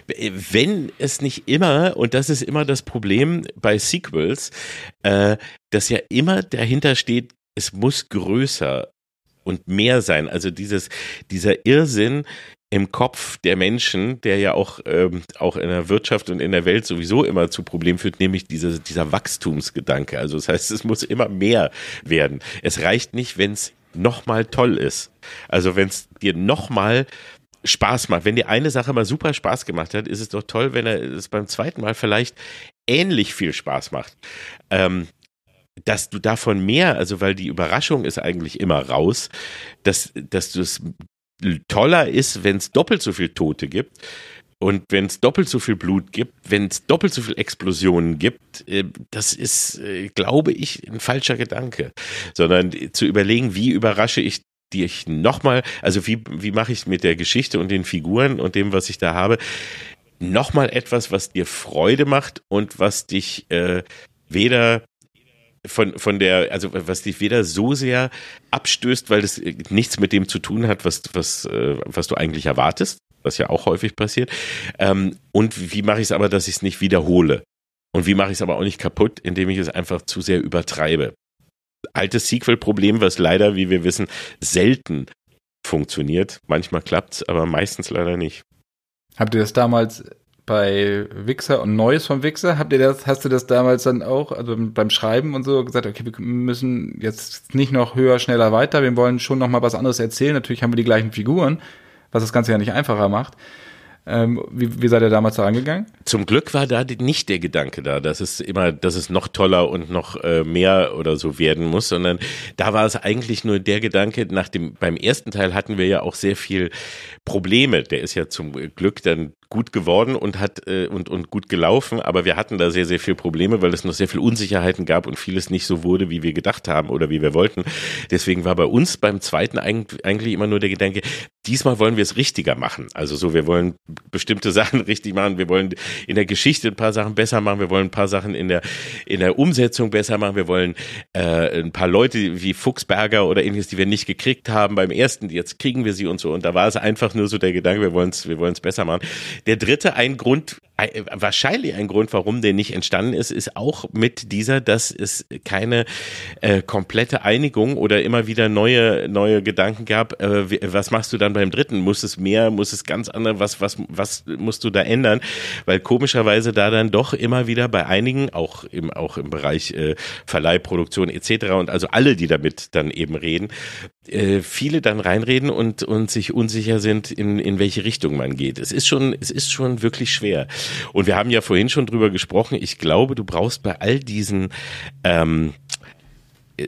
Wenn es nicht immer, und das ist immer das Problem bei Sequels, äh, dass ja immer dahinter steht, es muss größer und mehr sein. Also dieses, dieser Irrsinn im Kopf der Menschen, der ja auch, ähm, auch in der Wirtschaft und in der Welt sowieso immer zu Problemen führt, nämlich diese, dieser Wachstumsgedanke. Also das heißt, es muss immer mehr werden. Es reicht nicht, wenn es nochmal toll ist. Also wenn es dir nochmal Spaß macht. Wenn dir eine Sache mal super Spaß gemacht hat, ist es doch toll, wenn er es beim zweiten Mal vielleicht ähnlich viel Spaß macht. Ähm, dass du davon mehr, also weil die Überraschung ist eigentlich immer raus, dass, dass du es toller ist, wenn es doppelt so viel Tote gibt und wenn es doppelt so viel Blut gibt, wenn es doppelt so viel Explosionen gibt, äh, das ist, äh, glaube ich, ein falscher Gedanke. Sondern zu überlegen, wie überrasche ich dich nochmal, also wie, wie mache ich mit der Geschichte und den Figuren und dem, was ich da habe, nochmal etwas, was dir Freude macht und was dich äh, weder von von der, also was dich weder so sehr abstößt, weil das nichts mit dem zu tun hat, was was äh, was du eigentlich erwartest, was ja auch häufig passiert. Ähm, und wie mache ich es aber, dass ich es nicht wiederhole? Und wie mache ich es aber auch nicht kaputt, indem ich es einfach zu sehr übertreibe? Altes Sequel-Problem, was leider, wie wir wissen, selten funktioniert. Manchmal klappt's, aber meistens leider nicht. Habt ihr das damals bei Wixer und Neues vom Wixer, habt ihr das, hast du das damals dann auch, also beim Schreiben und so gesagt, okay, wir müssen jetzt nicht noch höher, schneller, weiter, wir wollen schon noch mal was anderes erzählen, natürlich haben wir die gleichen Figuren, was das Ganze ja nicht einfacher macht. Ähm, wie, wie seid ihr damals da rangegangen? Zum Glück war da nicht der Gedanke da, dass es immer, dass es noch toller und noch äh, mehr oder so werden muss, sondern da war es eigentlich nur der Gedanke, nach dem, beim ersten Teil hatten wir ja auch sehr viel Probleme, der ist ja zum Glück dann gut geworden und hat äh, und und gut gelaufen, aber wir hatten da sehr, sehr viel Probleme, weil es noch sehr viel Unsicherheiten gab und vieles nicht so wurde, wie wir gedacht haben oder wie wir wollten. Deswegen war bei uns beim zweiten eigentlich, eigentlich immer nur der Gedanke, diesmal wollen wir es richtiger machen. Also so, wir wollen bestimmte Sachen richtig machen, wir wollen in der Geschichte ein paar Sachen besser machen, wir wollen ein paar Sachen in der in der Umsetzung besser machen, wir wollen äh, ein paar Leute wie Fuchsberger oder ähnliches, die wir nicht gekriegt haben beim ersten, jetzt kriegen wir sie und so. Und da war es einfach nur so der Gedanke, wir wollen es wir wollen es besser machen. Der dritte, ein Grund, wahrscheinlich ein Grund, warum der nicht entstanden ist, ist auch mit dieser, dass es keine äh, komplette Einigung oder immer wieder neue neue Gedanken gab. Äh, was machst du dann beim dritten? Muss es mehr? Muss es ganz andere? Was was was musst du da ändern? Weil komischerweise da dann doch immer wieder bei einigen, auch im auch im Bereich äh, Verleihproduktion et cetera und also alle, die damit dann eben reden, äh, viele dann reinreden und und sich unsicher sind, in in welche Richtung man geht. Es ist schon es ist schon wirklich schwer. Und wir haben ja vorhin schon drüber gesprochen, ich glaube, du brauchst bei all diesen ähm, äh,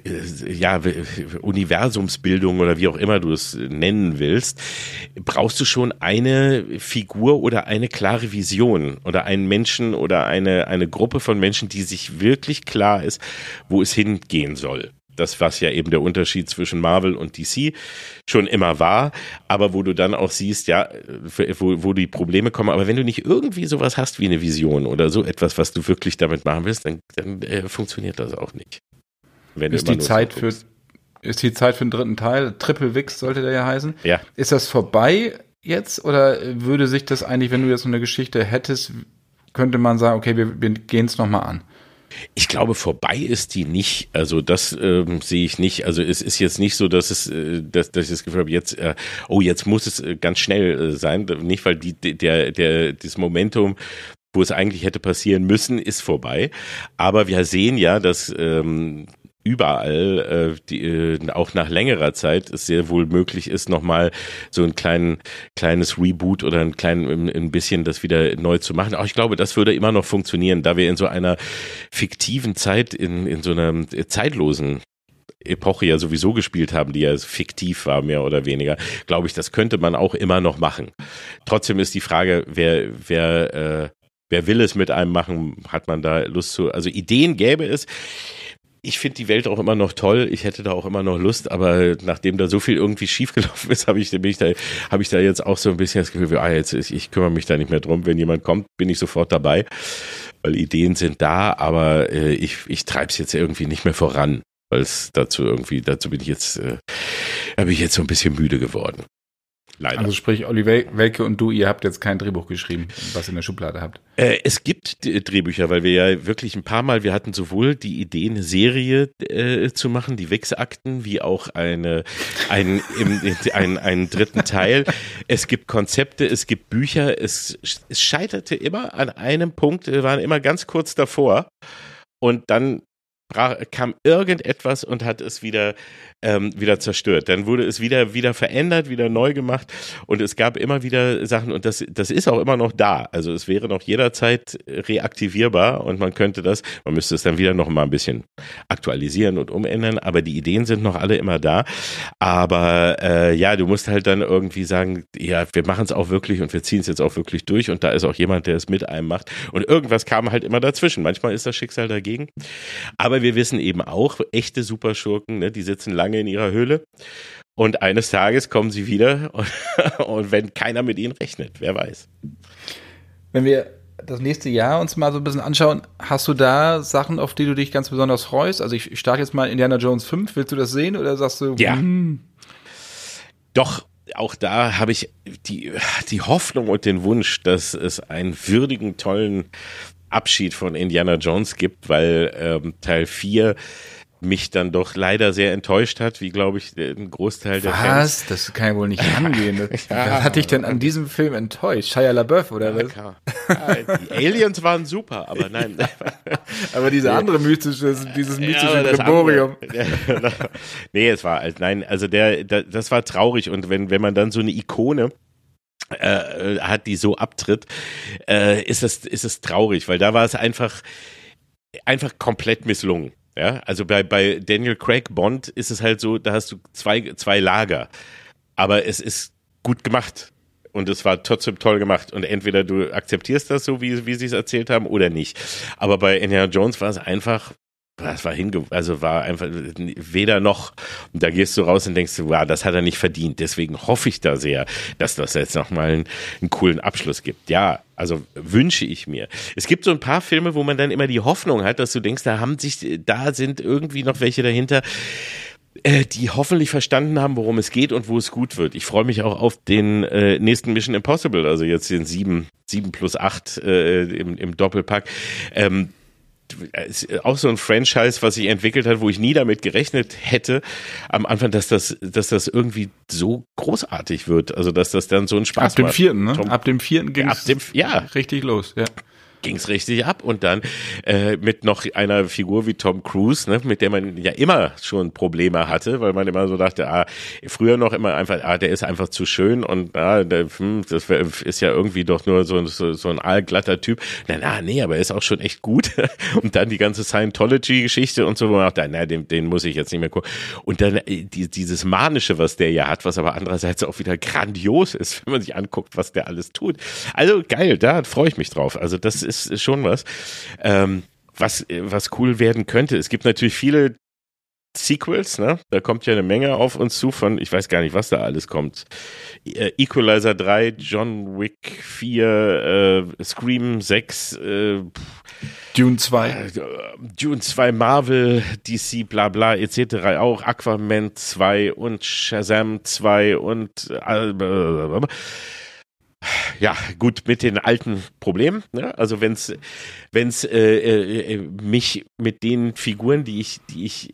ja, Universumsbildung oder wie auch immer du es nennen willst, brauchst du schon eine Figur oder eine klare Vision oder einen Menschen oder eine, eine Gruppe von Menschen, die sich wirklich klar ist, wo es hingehen soll. Das, was ja eben der Unterschied zwischen Marvel und D C schon immer war, aber wo du dann auch siehst, ja, wo, wo die Probleme kommen. Aber wenn du nicht irgendwie sowas hast wie eine Vision oder so etwas, was du wirklich damit machen willst, dann, dann äh, funktioniert das auch nicht. Wenn ist die Zeit so für ist die Zeit für den dritten Teil? Triple Wix sollte der ja heißen. Ja. Ist das vorbei jetzt oder würde sich das eigentlich, wenn du jetzt so eine Geschichte hättest, könnte man sagen, okay, wir, wir gehen es nochmal an? Ich glaube, vorbei ist die nicht. Also das ähm, sehe ich nicht. Also es ist jetzt nicht so, dass es, äh, dass, dass ich das Gefühl habe, jetzt, äh, oh, jetzt muss es äh, ganz schnell äh, sein. Nicht, weil die, der, der, das Momentum, wo es eigentlich hätte passieren müssen, ist vorbei. Aber wir sehen ja, dass ähm, überall, äh, die, äh, auch nach längerer Zeit, es sehr wohl möglich ist, nochmal so ein kleinen, kleines Reboot oder ein klein, ein bisschen das wieder neu zu machen. Auch ich glaube, das würde immer noch funktionieren, da wir in so einer fiktiven Zeit, in, in so einer zeitlosen Epoche ja sowieso gespielt haben, die ja fiktiv war, mehr oder weniger, glaube ich, das könnte man auch immer noch machen. Trotzdem ist die Frage, wer, wer, äh, wer will es mit einem machen? Hat man da Lust zu? Also Ideen gäbe es. Ich finde die Welt auch immer noch toll. Ich hätte da auch immer noch Lust, aber nachdem da so viel irgendwie schiefgelaufen ist, habe ich, bin ich da, habe ich da jetzt auch so ein bisschen das Gefühl, ah, jetzt, ich, ich kümmere mich da nicht mehr drum. Wenn jemand kommt, bin ich sofort dabei, weil Ideen sind da, aber äh, ich, ich treibe es jetzt irgendwie nicht mehr voran, weil es dazu irgendwie, dazu bin ich jetzt, äh, habe ich jetzt so ein bisschen müde geworden. Leider. Also sprich, Olli Welke und du, ihr habt jetzt kein Drehbuch geschrieben, was ihr in der Schublade habt. Äh, es gibt D- Drehbücher, weil wir ja wirklich ein paar Mal, wir hatten sowohl die Idee, eine Serie äh, zu machen, die Wechsakten, wie auch eine, ein, im, ein, einen dritten Teil. Es gibt Konzepte, es gibt Bücher. Es, es scheiterte immer an einem Punkt, wir waren immer ganz kurz davor und dann brach, kam irgendetwas und hat es wieder ähm, wieder zerstört. Dann wurde es wieder wieder verändert, wieder neu gemacht und es gab immer wieder Sachen und das das ist auch immer noch da. Also es wäre noch jederzeit reaktivierbar und man könnte das, man müsste es dann wieder noch mal ein bisschen aktualisieren und umändern, aber die Ideen sind noch alle immer da. Aber äh, ja, du musst halt dann irgendwie sagen, ja, wir machen es auch wirklich und wir ziehen es jetzt auch wirklich durch und da ist auch jemand, der es mit einem macht und irgendwas kam halt immer dazwischen. Manchmal ist das Schicksal dagegen, aber wir wissen eben auch, echte Superschurken, ne, die sitzen lange in ihrer Höhle und eines Tages kommen sie wieder und, und wenn keiner mit ihnen rechnet, wer weiß. Wenn wir das nächste Jahr uns mal so ein bisschen anschauen, hast du da Sachen, auf die du dich ganz besonders freust? Also ich, ich starte jetzt mal Indiana Jones fünf, willst du das sehen oder sagst du? Ja, hm. Doch, auch da habe ich die, die Hoffnung und den Wunsch, dass es einen würdigen, tollen Abschied von Indiana Jones gibt, weil ähm, Teil vier mich dann doch leider sehr enttäuscht hat, wie glaube ich ein Großteil der was? Fans. Was? Das kann ja wohl nicht angehen. Ja. Was hat dich denn an diesem Film enttäuscht? Shia LaBeouf oder ja, was? Ja, die Aliens waren super, aber nein. Aber diese andere mystische, dieses mystische ja, Brimborium. Nee, es war halt, nein, also der, der, das war traurig und wenn, wenn man dann so eine Ikone äh, hat, die so abtritt, äh, ist es, ist es traurig, weil da war es einfach, einfach komplett misslungen. Ja, also bei, bei Daniel Craig Bond ist es halt so, da hast du zwei, zwei Lager. Aber es ist gut gemacht. Und es war trotzdem toll gemacht. Und entweder du akzeptierst das so, wie, wie sie es erzählt haben, oder nicht. Aber bei Indiana Jones war es einfach, das war hinge, also war einfach weder noch. Und da gehst du raus und denkst, wow, das hat er nicht verdient. Deswegen hoffe ich da sehr, dass das jetzt nochmal einen, einen coolen Abschluss gibt. Ja, also wünsche ich mir. Es gibt so ein paar Filme, wo man dann immer die Hoffnung hat, dass du denkst, da haben sich, da sind irgendwie noch welche dahinter. äh, die hoffentlich verstanden haben, worum es geht und wo es gut wird. Ich freue mich auch auf den äh, nächsten Mission Impossible, also jetzt den sieben, sieben plus acht äh, im, im Doppelpack. Ähm, ist auch so ein Franchise, was sich entwickelt hat, wo ich nie damit gerechnet hätte am Anfang, dass das, dass das irgendwie so großartig wird. Also dass das dann so einen Spaß Ab dem macht. vierten, ne? Tom, Ab dem vierten ging es ja. richtig los, ja. Ging's richtig ab und dann äh, mit noch einer Figur wie Tom Cruise, ne, mit der man ja immer schon Probleme hatte, weil man immer so dachte, ah, früher noch immer einfach, ah, der ist einfach zu schön und ah, der, hm, das ist ja irgendwie doch nur so, so, so ein aalglatter Typ. Na, na, nee, aber er ist auch schon echt gut. Und dann die ganze Scientology-Geschichte und so, wo man dachte, na, den, den muss ich jetzt nicht mehr gucken. Und dann die, dieses Manische, was der ja hat, was aber andererseits auch wieder grandios ist, wenn man sich anguckt, was der alles tut. Also geil, da freue ich mich drauf. Also das ist ist schon was, ähm, was, was cool werden könnte. Es gibt natürlich viele Sequels, ne? Da kommt ja eine Menge auf uns zu von, ich weiß gar nicht, was da alles kommt. Äh, Equalizer drei, John Wick vier, äh, Scream sechs, äh, Dune zwei. Äh, Dune zwei, Marvel, D C, bla bla, et cetera. Auch Aquaman zwei und Shazam zwei und äh, ja, gut, mit den alten Problemen, ne? Also wenn's, wenn's äh, äh, mich mit den Figuren, die ich, die ich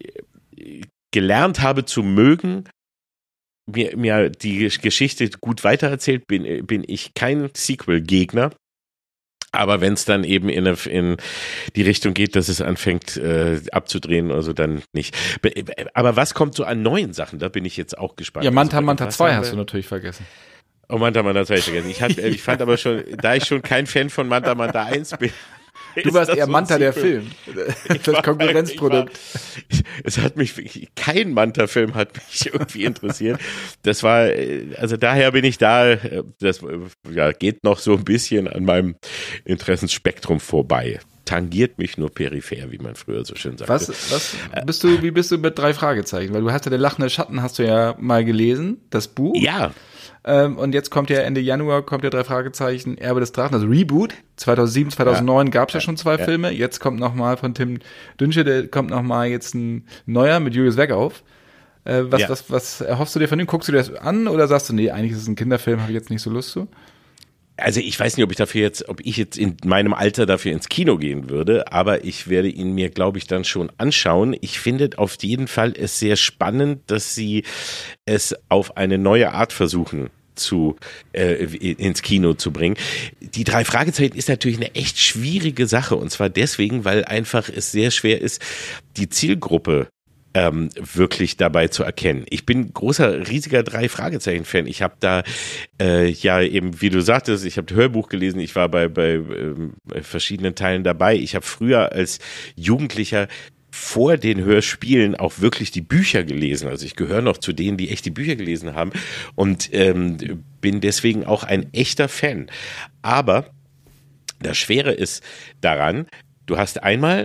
gelernt habe zu mögen, mir, mir die Geschichte gut weitererzählt, bin, bin ich kein Sequel-Gegner. Aber wenn es dann eben in, in die Richtung geht, dass es anfängt äh, abzudrehen, also dann nicht. Aber was kommt so an neuen Sachen? Da bin ich jetzt auch gespannt. Ja, Manta also, Manta zwei hast du natürlich vergessen. Oh, Manta Manta zwei vergessen. Ich, hat, ich fand aber schon, da ich schon kein Fan von Manta Manta eins bin. Du warst eher so Manta der Film. Das war, Konkurrenzprodukt. War, es hat mich, kein Manta-Film hat mich irgendwie interessiert. Das war, also daher bin ich da, das ja, geht noch so ein bisschen an meinem Interessensspektrum vorbei. Tangiert mich nur peripher, wie man früher so schön sagte. Was, was bist du, wie bist du mit drei Fragezeichen? Weil du hast ja der lachende Schatten, hast du ja mal gelesen, das Buch. Ja. Ähm, und jetzt kommt ja Ende Januar, kommt ja drei Fragezeichen, Erbe des Drachen, also Reboot. zweitausendsieben, zweitausendneun ja. gab es ja schon zwei ja. Filme. Jetzt kommt nochmal von Tim Dünsche, der kommt nochmal jetzt ein neuer mit Julius Weggauf. Äh, was, ja. was, was erhoffst du dir von ihm? Guckst du dir das an oder sagst du, nee, eigentlich ist es ein Kinderfilm, habe ich jetzt nicht so Lust zu? Also ich weiß nicht, ob ich dafür jetzt, ob ich jetzt in meinem Alter dafür ins Kino gehen würde, aber ich werde ihn mir, glaube ich, dann schon anschauen. Ich finde auf jeden Fall es sehr spannend, dass sie es auf eine neue Art versuchen zu äh, ins Kino zu bringen. Die drei Fragezeichen ist natürlich eine echt schwierige Sache und zwar deswegen, weil einfach es sehr schwer ist, die Zielgruppe Ähm, wirklich dabei zu erkennen. Ich bin großer, riesiger Drei-Fragezeichen-Fan. Ich habe da äh, ja eben, wie du sagtest, ich habe das Hörbuch gelesen, ich war bei, bei, ähm, bei verschiedenen Teilen dabei. Ich habe früher als Jugendlicher vor den Hörspielen auch wirklich die Bücher gelesen. Also ich gehöre noch zu denen, die echt die Bücher gelesen haben und ähm, bin deswegen auch ein echter Fan. Aber das Schwere ist daran, du hast einmal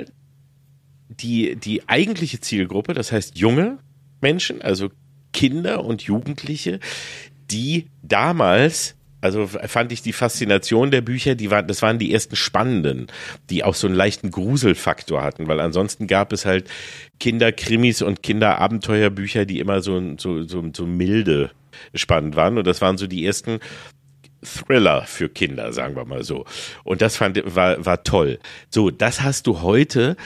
Die, die eigentliche Zielgruppe, das heißt junge Menschen, also Kinder und Jugendliche, die damals, also fand ich die Faszination der Bücher, die waren, das waren die ersten spannenden, die auch so einen leichten Gruselfaktor hatten, weil ansonsten gab es halt Kinderkrimis und Kinderabenteuerbücher, die immer so, so, so, so milde spannend waren und das waren so die ersten Thriller für Kinder, sagen wir mal so. Und das fand, war, war toll. So, das hast du heute.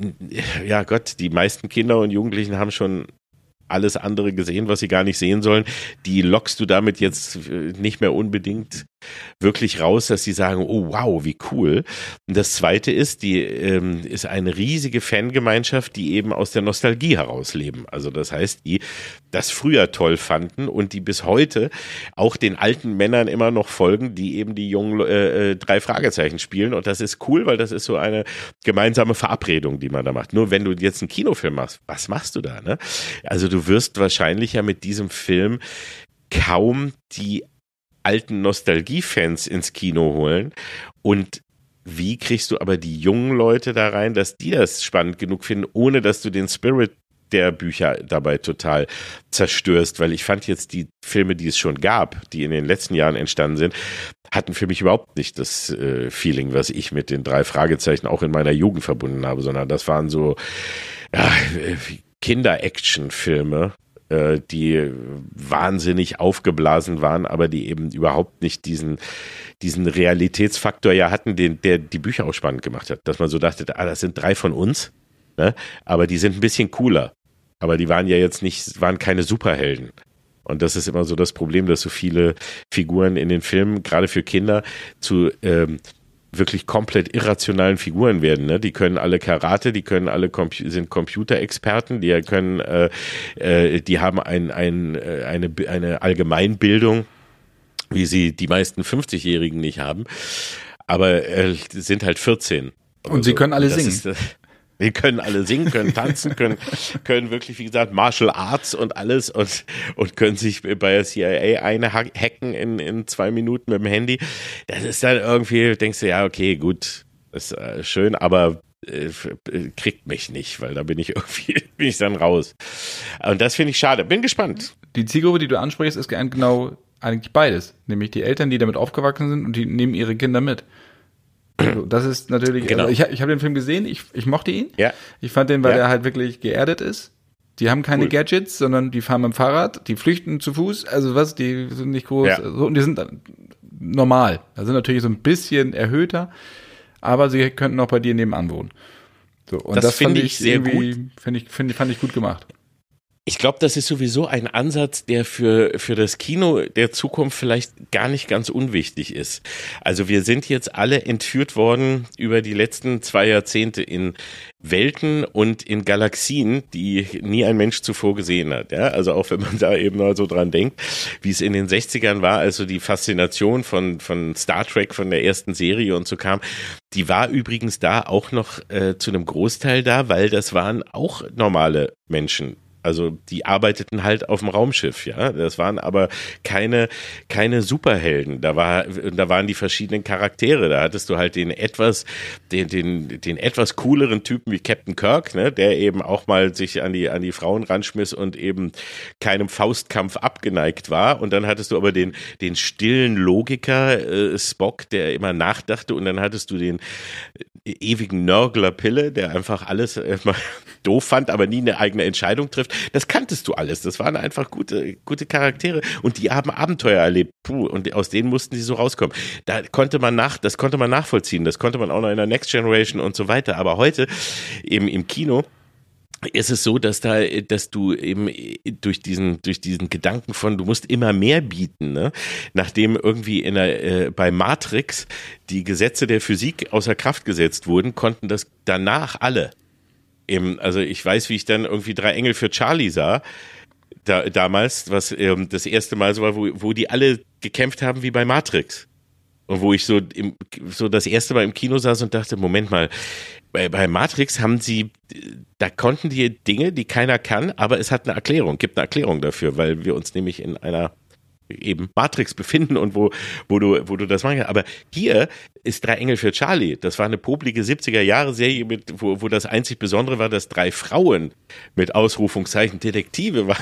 Ja Gott, die meisten Kinder und Jugendlichen haben schon alles andere gesehen, was sie gar nicht sehen sollen. Die lockst du damit jetzt nicht mehr unbedingt wirklich raus, dass sie sagen, oh wow, wie cool. Und das Zweite ist, die ähm, ist eine riesige Fangemeinschaft, die eben aus der Nostalgie herausleben. Also das heißt, die das früher toll fanden und die bis heute auch den alten Männern immer noch folgen, die eben die jungen äh, drei Fragezeichen spielen. Und das ist cool, weil das ist so eine gemeinsame Verabredung, die man da macht. Nur wenn du jetzt einen Kinofilm machst, was machst du da? Ne? Also du wirst wahrscheinlich ja mit diesem Film kaum die alten Nostalgie-Fans ins Kino holen. Und wie kriegst du aber die jungen Leute da rein, dass die das spannend genug finden, ohne dass du den Spirit der Bücher dabei total zerstörst? Weil ich fand jetzt die Filme, die es schon gab, die in den letzten Jahren entstanden sind, hatten für mich überhaupt nicht das äh, Feeling, was ich mit den drei Fragezeichen auch in meiner Jugend verbunden habe, sondern das waren so ja, Kinder-Action-Filme, äh, die wahnsinnig aufgeblasen waren, aber die eben überhaupt nicht diesen, diesen Realitätsfaktor ja hatten, den, der die Bücher auch spannend gemacht hat. Dass man so dachte, ah, das sind drei von uns, ne? Aber die sind ein bisschen cooler. Aber die waren ja jetzt nicht, waren keine Superhelden. Und das ist immer so das Problem, dass so viele Figuren in den Filmen, gerade für Kinder, zu ähm, wirklich komplett irrationalen Figuren werden. Ne? Die können alle Karate, die können alle Compu- sind Computerexperten, die können, äh, äh, die haben ein, ein, äh, eine, eine Allgemeinbildung, wie sie die meisten fünfzigjährigen nicht haben. Aber äh, sind halt vierzehn. Und sie so. können alle singen. Ist, Wir können alle singen, können tanzen, können, können wirklich, wie gesagt, Martial Arts und alles und, und können sich bei der C I A eine hacken in, in zwei Minuten mit dem Handy. Das ist dann irgendwie, denkst du, ja, okay, gut, ist äh, schön, aber äh, kriegt mich nicht, weil da bin ich irgendwie, bin ich dann raus. Und das finde ich schade. Bin gespannt. Die Zielgruppe, die du ansprichst, ist genau eigentlich beides. Nämlich die Eltern, die damit aufgewachsen sind und die nehmen ihre Kinder mit. Also das ist natürlich, genau. also ich, ich habe den Film gesehen, ich, ich mochte ihn. Ja. Ich fand den, weil ja. er halt wirklich geerdet ist. Die haben keine cool. Gadgets, sondern die fahren mit dem Fahrrad, die flüchten zu Fuß, also was, die sind nicht groß, ja. so, und die sind normal. Also sind natürlich so ein bisschen erhöhter, aber sie könnten auch bei dir nebenan wohnen. So, und das, das fand ich, ich sehr gut. Find ich, find, fand ich gut gemacht. Ich glaube, das ist sowieso ein Ansatz, der für, für das Kino der Zukunft vielleicht gar nicht ganz unwichtig ist. Also wir sind jetzt alle entführt worden über die letzten zwei Jahrzehnte in Welten und in Galaxien, die nie ein Mensch zuvor gesehen hat. Ja? Also auch wenn man da eben mal so dran denkt, wie es in den sechzigern war, also die Faszination von, von Star Trek, von der ersten Serie und so kam, die war übrigens da auch noch äh, zu einem Großteil da, weil das waren auch normale Menschen. Also die arbeiteten halt auf dem Raumschiff, ja. Das waren aber keine keine Superhelden. Da war da waren die verschiedenen Charaktere. Da hattest du halt den etwas den den den etwas cooleren Typen wie Captain Kirk, ne, der eben auch mal sich an die an die Frauen ranschmiss und eben keinem Faustkampf abgeneigt war. Und dann hattest du aber den den stillen Logiker äh, Spock, der immer nachdachte. Und dann hattest du den äh, ewigen Nörgler Pille, der einfach alles äh, mal doof fand, aber nie eine eigene Entscheidung trifft. Das kanntest du alles. Das waren einfach gute, gute Charaktere und die haben Abenteuer erlebt. Puh, und aus denen mussten sie so rauskommen. Da konnte man nach, das konnte man nachvollziehen. Das konnte man auch noch in der Next Generation und so weiter. Aber heute eben im Kino ist es so, dass da, dass du eben durch diesen, durch diesen Gedanken von, du musst immer mehr bieten, ne? Nachdem irgendwie in der, äh, bei Matrix die Gesetze der Physik außer Kraft gesetzt wurden, konnten das danach alle. Eben, also ich weiß, wie ich dann irgendwie Drei Engel für Charlie sah, da, damals, was ähm, das erste Mal so war, wo, wo die alle gekämpft haben wie bei Matrix. Und wo ich so im, so das erste Mal im Kino saß und dachte, Moment mal, bei, bei Matrix haben sie, da konnten die Dinge, die keiner kann, aber es hat eine Erklärung, gibt eine Erklärung dafür, weil wir uns nämlich in einer eben Matrix befinden und wo, wo du, wo du das machen kannst. Aber hier ist Drei Engel für Charlie. Das war eine poplige siebziger-Jahre-Serie, mit, wo, wo das einzig Besondere war, dass drei Frauen mit Ausrufungszeichen Detektive waren.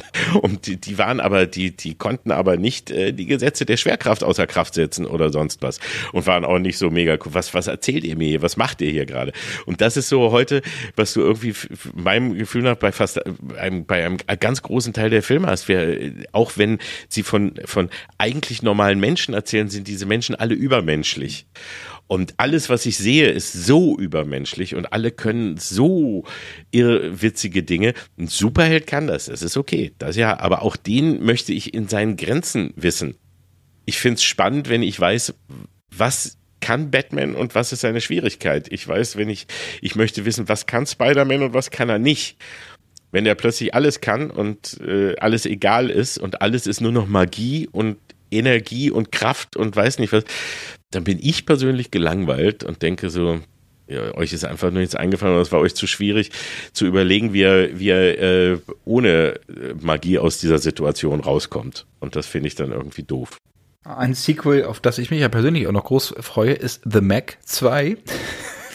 Und die, die waren aber, die, die konnten aber nicht äh, die Gesetze der Schwerkraft außer Kraft setzen oder sonst was. Und waren auch nicht so mega, was, was erzählt ihr mir hier? Was macht ihr hier gerade? Und das ist so heute, was du irgendwie meinem Gefühl nach bei fast einem, bei einem ganz großen Teil der Filme hast. Wir, auch wenn sie von Von, von eigentlich normalen Menschen erzählen, sind diese Menschen alle übermenschlich. Und alles, was ich sehe, ist so übermenschlich und alle können so irrwitzige Dinge. Ein Superheld kann das, das ist okay. Das ja, aber auch den möchte ich in seinen Grenzen wissen. Ich finde es spannend, wenn ich weiß, was kann Batman und was ist seine Schwierigkeit. Ich weiß, wenn ich, ich möchte wissen, was kann Spider-Man und was kann er nicht. Wenn der plötzlich alles kann und äh, alles egal ist und alles ist nur noch Magie und Energie und Kraft und weiß nicht was, dann bin ich persönlich gelangweilt und denke so, ja, euch ist einfach nur nichts eingefallen oder es war euch zu schwierig zu überlegen, wie er, wie er äh, ohne Magie aus dieser Situation rauskommt. Und das finde ich dann irgendwie doof. Ein Sequel, auf das ich mich ja persönlich auch noch groß freue, ist The Meg zwei.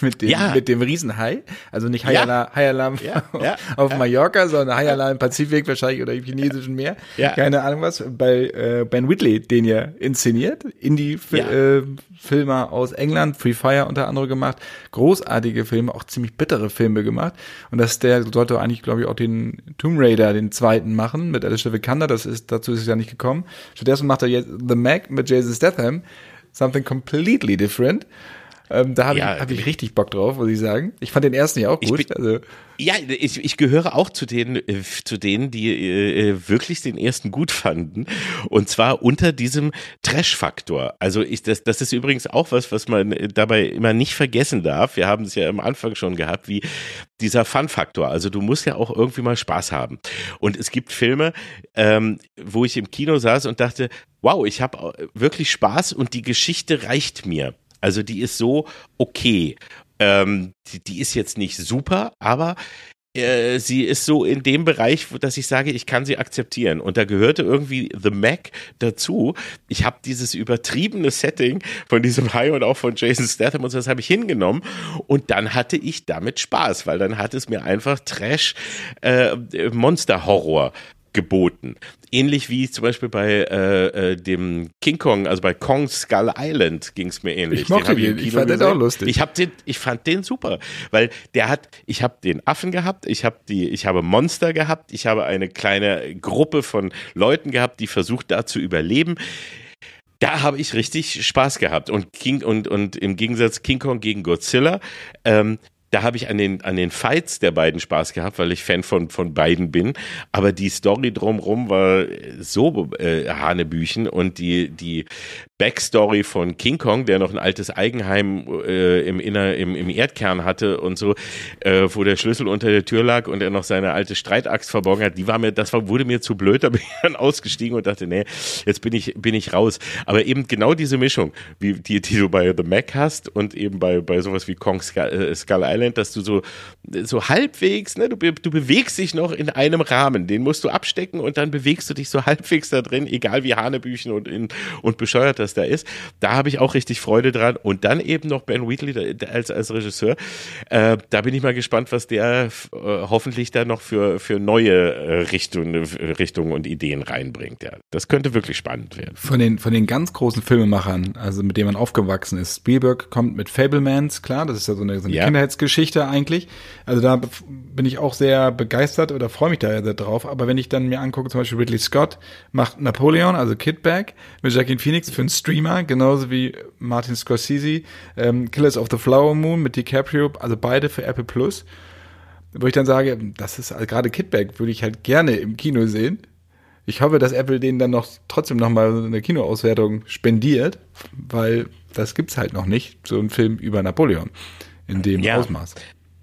mit dem, ja. mit dem Riesenhai. Also nicht High Alarm, High Alarm ja. Ja. auf ja. Mallorca, sondern High Alarm im Pazifik wahrscheinlich oder im chinesischen Meer. Ja. Keine Ahnung was. Bei äh, Ben Whitley, den ja inszeniert, Indie-Filmer ja. äh, aus England, Free Fire unter anderem gemacht. Großartige Filme, auch ziemlich bittere Filme gemacht. Und das der sollte eigentlich, glaube ich, auch den Tomb Raider, den zweiten, machen mit Alicia Vikander. Das ist, dazu ist es ja nicht gekommen. Stattdessen macht er jetzt The Meg mit Jason Statham. Something completely different. Ähm, da habe ja, ich, hab ich richtig Bock drauf, muss ich sagen. Ich fand den ersten ja auch gut. Ich bin, also. Ja, ich, ich gehöre auch zu denen, äh, zu denen, die äh, wirklich den ersten gut fanden. Und zwar unter diesem Trash-Faktor. Also ich, das, das ist übrigens auch was, was man dabei immer nicht vergessen darf. Wir haben es ja am Anfang schon gehabt, wie dieser Fun-Faktor. Also du musst ja auch irgendwie mal Spaß haben. Und es gibt Filme, ähm, wo ich im Kino saß und dachte, wow, ich habe wirklich Spaß und die Geschichte reicht mir. Also die ist so okay. Ähm, die, die ist jetzt nicht super, aber äh, sie ist so in dem Bereich, dass ich sage, ich kann sie akzeptieren. Und da gehörte irgendwie The Meg dazu. Ich habe dieses übertriebene Setting von diesem Hai und auch von Jason Statham und so, das habe ich hingenommen. Und dann hatte ich damit Spaß, weil dann hat es mir einfach Trash, äh, Monster-Horror geboten. Ähnlich wie zum Beispiel bei äh, äh, dem King Kong, also bei Kong Skull Island ging es mir ähnlich. Ich mochte den, ich, ich fand den auch lustig. Ich hab den, ich fand den super, weil der hat, ich habe den Affen gehabt, ich habe die, ich habe Monster gehabt, ich habe eine kleine Gruppe von Leuten gehabt, die versucht da zu überleben. Da habe ich richtig Spaß gehabt und King und und im Gegensatz King Kong gegen Godzilla, ähm, da habe ich an den, an den Fights der beiden Spaß gehabt, weil ich Fan von, von beiden bin. Aber die Story drumherum war so äh, Hanebüchen und die, die Backstory von King Kong, der noch ein altes Eigenheim äh, im, Inner, im, im Erdkern hatte und so, äh, wo der Schlüssel unter der Tür lag und er noch seine alte Streitaxt verborgen hat, die war mir, das war, wurde mir zu blöd, da bin ich dann ausgestiegen und dachte, nee, jetzt bin ich, bin ich raus. Aber eben genau diese Mischung, wie die, die du bei The Meg hast und eben bei, bei sowas wie Kong Skull, äh, Skull Island, dass du so, so halbwegs, ne, du, du bewegst dich noch in einem Rahmen, den musst du abstecken und dann bewegst du dich so halbwegs da drin, egal wie Hanebüchen und, in, und bescheuert das da ist. Da habe ich auch richtig Freude dran. Und dann eben noch Ben Wheatley als, als Regisseur. Äh, da bin ich mal gespannt, was der äh, hoffentlich da noch für, für neue äh, Richtungen, Richtungen und Ideen reinbringt. Ja, das könnte wirklich spannend werden. Von den, von den ganz großen Filmemachern, also mit denen man aufgewachsen ist, Spielberg kommt mit Fabelmans, klar, das ist ja so eine, so eine ja. Kindheitsgeschichte eigentlich. Also da bin ich auch sehr begeistert oder freue mich da sehr drauf. Aber wenn ich dann mir angucke, zum Beispiel Ridley Scott macht Napoleon, also Kid Bag, mit Joaquin Phoenix für einen Streamer, genauso wie Martin Scorsese, ähm, Killers of the Flower Moon mit DiCaprio, also beide für Apple Plus. Wo ich dann sage, das ist also gerade Kid Bag, würde ich halt gerne im Kino sehen. Ich hoffe, dass Apple denen dann noch trotzdem noch mal eine Kinoauswertung spendiert, weil das gibt's halt noch nicht, so ein Film über Napoleon in dem ja. Ausmaß.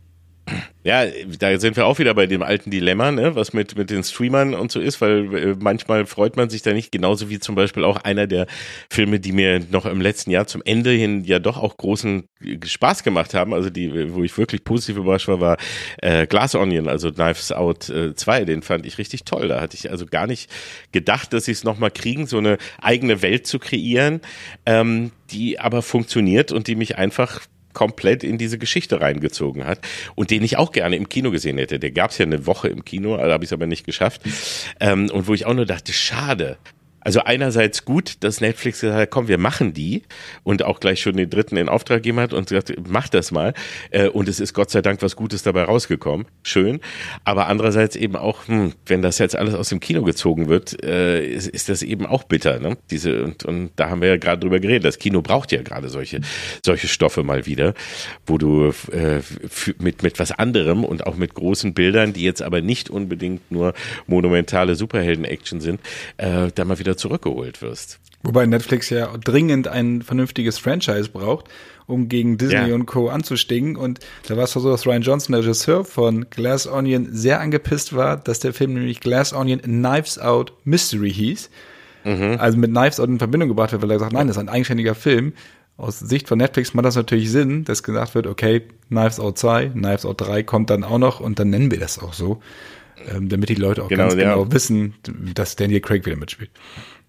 Ja, da sind wir auch wieder bei dem alten Dilemma, ne, was mit, mit den Streamern und so ist, weil äh, manchmal freut man sich da nicht, genauso wie zum Beispiel auch einer der Filme, die mir noch im letzten Jahr zum Ende hin ja doch auch großen Spaß gemacht haben, also die, wo ich wirklich positiv überrascht war, war äh, Glass Onion, also Knives Out äh, zwei, den fand ich richtig toll, da hatte ich also gar nicht gedacht, dass sie es nochmal kriegen, so eine eigene Welt zu kreieren, ähm, die aber funktioniert und die mich einfach komplett in diese Geschichte reingezogen hat und den ich auch gerne im Kino gesehen hätte. Der gab es ja eine Woche im Kino, also habe ich es aber nicht geschafft. Ähm, und wo ich auch nur dachte, schade. Also einerseits gut, dass Netflix gesagt hat, komm, wir machen die und auch gleich schon den dritten in Auftrag gegeben hat und gesagt, mach das mal. Und es ist Gott sei Dank was Gutes dabei rausgekommen. Schön. Aber andererseits eben auch, hm, wenn das jetzt alles aus dem Kino gezogen wird, äh, ist, ist das eben auch bitter. Ne? Diese, und, und da haben wir ja gerade drüber geredet. Das Kino braucht ja gerade solche, solche Stoffe mal wieder, wo du äh, mit, mit was anderem und auch mit großen Bildern, die jetzt aber nicht unbedingt nur monumentale Superhelden-Action sind, äh, da mal wieder zurückgeholt wirst. Wobei Netflix ja dringend ein vernünftiges Franchise braucht, um gegen Disney ja. und Co. anzustinken. Und da war es so, dass Rian Johnson, der Regisseur von Glass Onion, sehr angepisst war, dass der Film nämlich Glass Onion Knives Out Mystery hieß. Mhm. Also mit Knives Out in Verbindung gebracht wird, weil er sagt, nein, das ist ein eigenständiger Film. Aus Sicht von Netflix macht das natürlich Sinn, dass gesagt wird, okay, Knives Out zwei, Knives Out drei kommt dann auch noch und dann nennen wir das auch so. Ähm, damit die Leute auch genau, ganz ja. genau wissen, dass Daniel Craig wieder mitspielt.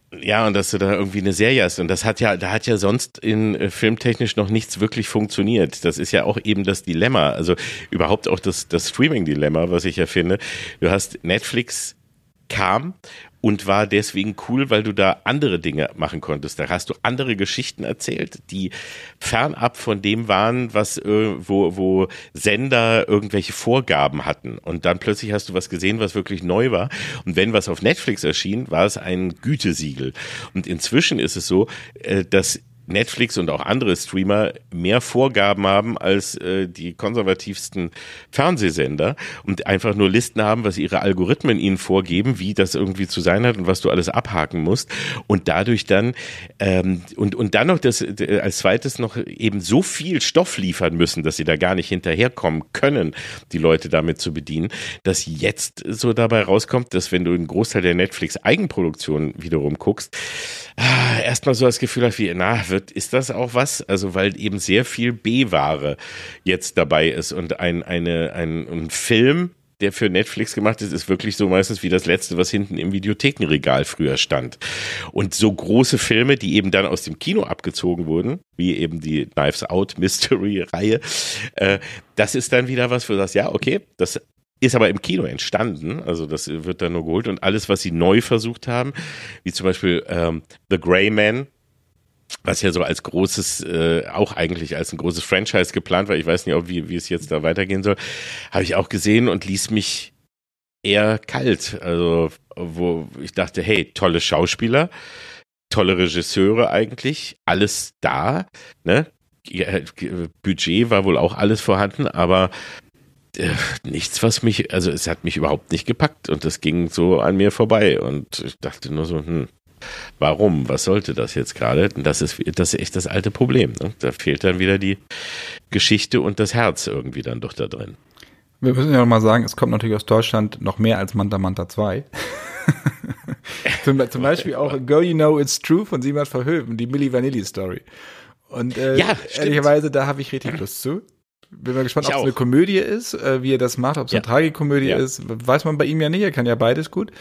Ja, und dass du da irgendwie eine Serie hast. Und das hat ja, da hat ja sonst in äh, filmtechnisch noch nichts wirklich funktioniert. Das ist ja auch eben das Dilemma. Also überhaupt auch das, das Streaming-Dilemma, was ich ja finde. Du hast Netflix kam und war deswegen cool, weil du da andere Dinge machen konntest. Da hast du andere Geschichten erzählt, die fernab von dem waren, was äh, wo, wo Sender irgendwelche Vorgaben hatten. Und dann plötzlich hast du was gesehen, was wirklich neu war. Und wenn was auf Netflix erschien, war es ein Gütesiegel. Und inzwischen ist es so, äh, dass Netflix und auch andere Streamer mehr Vorgaben haben als äh, die konservativsten Fernsehsender und einfach nur Listen haben, was ihre Algorithmen ihnen vorgeben, wie das irgendwie zu sein hat und was du alles abhaken musst und dadurch dann ähm, und und dann noch das äh, als zweites noch eben so viel Stoff liefern müssen, dass sie da gar nicht hinterherkommen können, die Leute damit zu bedienen, dass jetzt so dabei rauskommt, dass wenn du einen Großteil der Netflix Eigenproduktion wiederum guckst, ah, erstmal so das Gefühl hast wie, na, wird ist das auch was? Also weil eben sehr viel B-Ware jetzt dabei ist und ein, eine, ein, ein Film, der für Netflix gemacht ist, ist wirklich so meistens wie das letzte, was hinten im Videothekenregal früher stand. Und so große Filme, die eben dann aus dem Kino abgezogen wurden, wie eben die Knives Out Mystery-Reihe, äh, das ist dann wieder was, wo du sagst, ja, okay, das ist aber im Kino entstanden, also das wird dann nur geholt und alles, was sie neu versucht haben, wie zum Beispiel ähm, The Gray Man, was ja so als großes, äh, auch eigentlich als ein großes Franchise geplant war, ich weiß nicht, ob wie, wie es jetzt da weitergehen soll, habe ich auch gesehen und ließ mich eher kalt. Also, wo ich dachte, hey, tolle Schauspieler, tolle Regisseure eigentlich, alles da, ne? Ja, Budget war wohl auch alles vorhanden, aber äh, nichts, was mich, also es hat mich überhaupt nicht gepackt und das ging so an mir vorbei und ich dachte nur so, hm, warum? Was sollte das jetzt gerade? Das ist, das ist echt das alte Problem. Ne? Da fehlt dann wieder die Geschichte und das Herz irgendwie dann doch da drin. Wir müssen ja noch mal sagen, es kommt natürlich aus Deutschland noch mehr als Manta Manta zwei. zum, zum Beispiel auch Girl You Know It's True von Simon Verhoeven, die Milli Vanilli Story. Und äh, ja, ehrlicherweise, da habe ich richtig Lust zu. Bin mal gespannt, ob es eine Komödie ist, äh, wie er das macht, ob es ja. eine Tragikomödie ja. ist. Weiß man bei ihm ja nicht, er kann ja beides gut.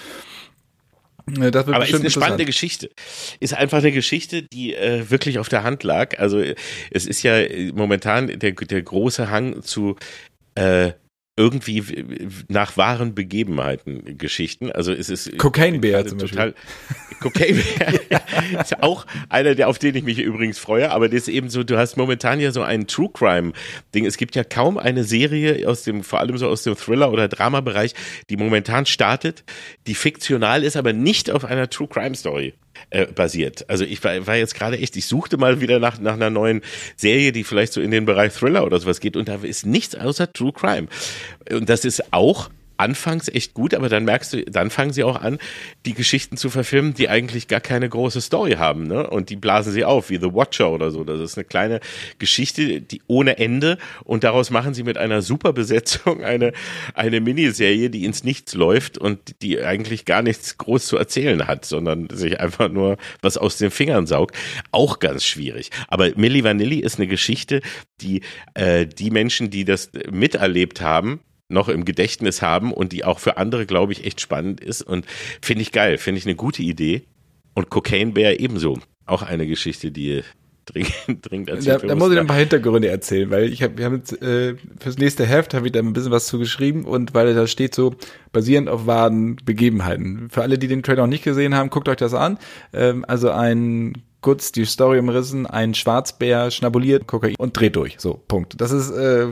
Das wird aber ist eine spannende Geschichte. Ist einfach eine Geschichte, die äh, wirklich auf der Hand lag. Also es ist ja momentan der, der große Hang zu äh, irgendwie nach wahren Begebenheiten Geschichten. Also es ist Cocaine Bear zum total Beispiel. Cocaine Bear ja, ist auch einer, der auf den ich mich übrigens freue. Aber das ist eben so, du hast momentan ja so ein True Crime Ding. Es gibt ja kaum eine Serie aus dem, vor allem so aus dem Thriller- oder Drama-Bereich, die momentan startet, die fiktional ist, aber nicht auf einer True Crime Story äh, basiert. Also ich war, war jetzt gerade echt, ich suchte mal wieder nach, nach einer neuen Serie, die vielleicht so in den Bereich Thriller oder sowas geht und da ist nichts außer True Crime. Und das ist auch anfangs echt gut, aber dann merkst du, dann fangen sie auch an, die Geschichten zu verfilmen, die eigentlich gar keine große Story haben, ne? Und die blasen sie auf, wie The Watcher oder so. Das ist eine kleine Geschichte, die ohne Ende und daraus machen sie mit einer super Besetzung eine, eine Miniserie, die ins Nichts läuft und die eigentlich gar nichts groß zu erzählen hat, sondern sich einfach nur was aus den Fingern saugt. Auch ganz schwierig. Aber Milli Vanilli ist eine Geschichte, die äh, die Menschen, die das miterlebt haben, noch im Gedächtnis haben und die auch für andere, glaube ich, echt spannend ist und finde ich geil, finde ich eine gute Idee und Cocaine Bear ebenso, auch eine Geschichte, die dringend, dringend erzählt Da, da muss ich noch ein paar Hintergründe erzählen, weil ich habe, wir haben jetzt äh, fürs nächste Heft habe ich da ein bisschen was zu geschrieben und weil da steht so basierend auf wahren Begebenheiten. Für alle, die den Trailer noch nicht gesehen haben, guckt euch das an. Ähm, also ein Kurz die Story umrissen, ein Schwarzbär schnabuliert Kokain und dreht durch. So, Punkt. Das ist äh,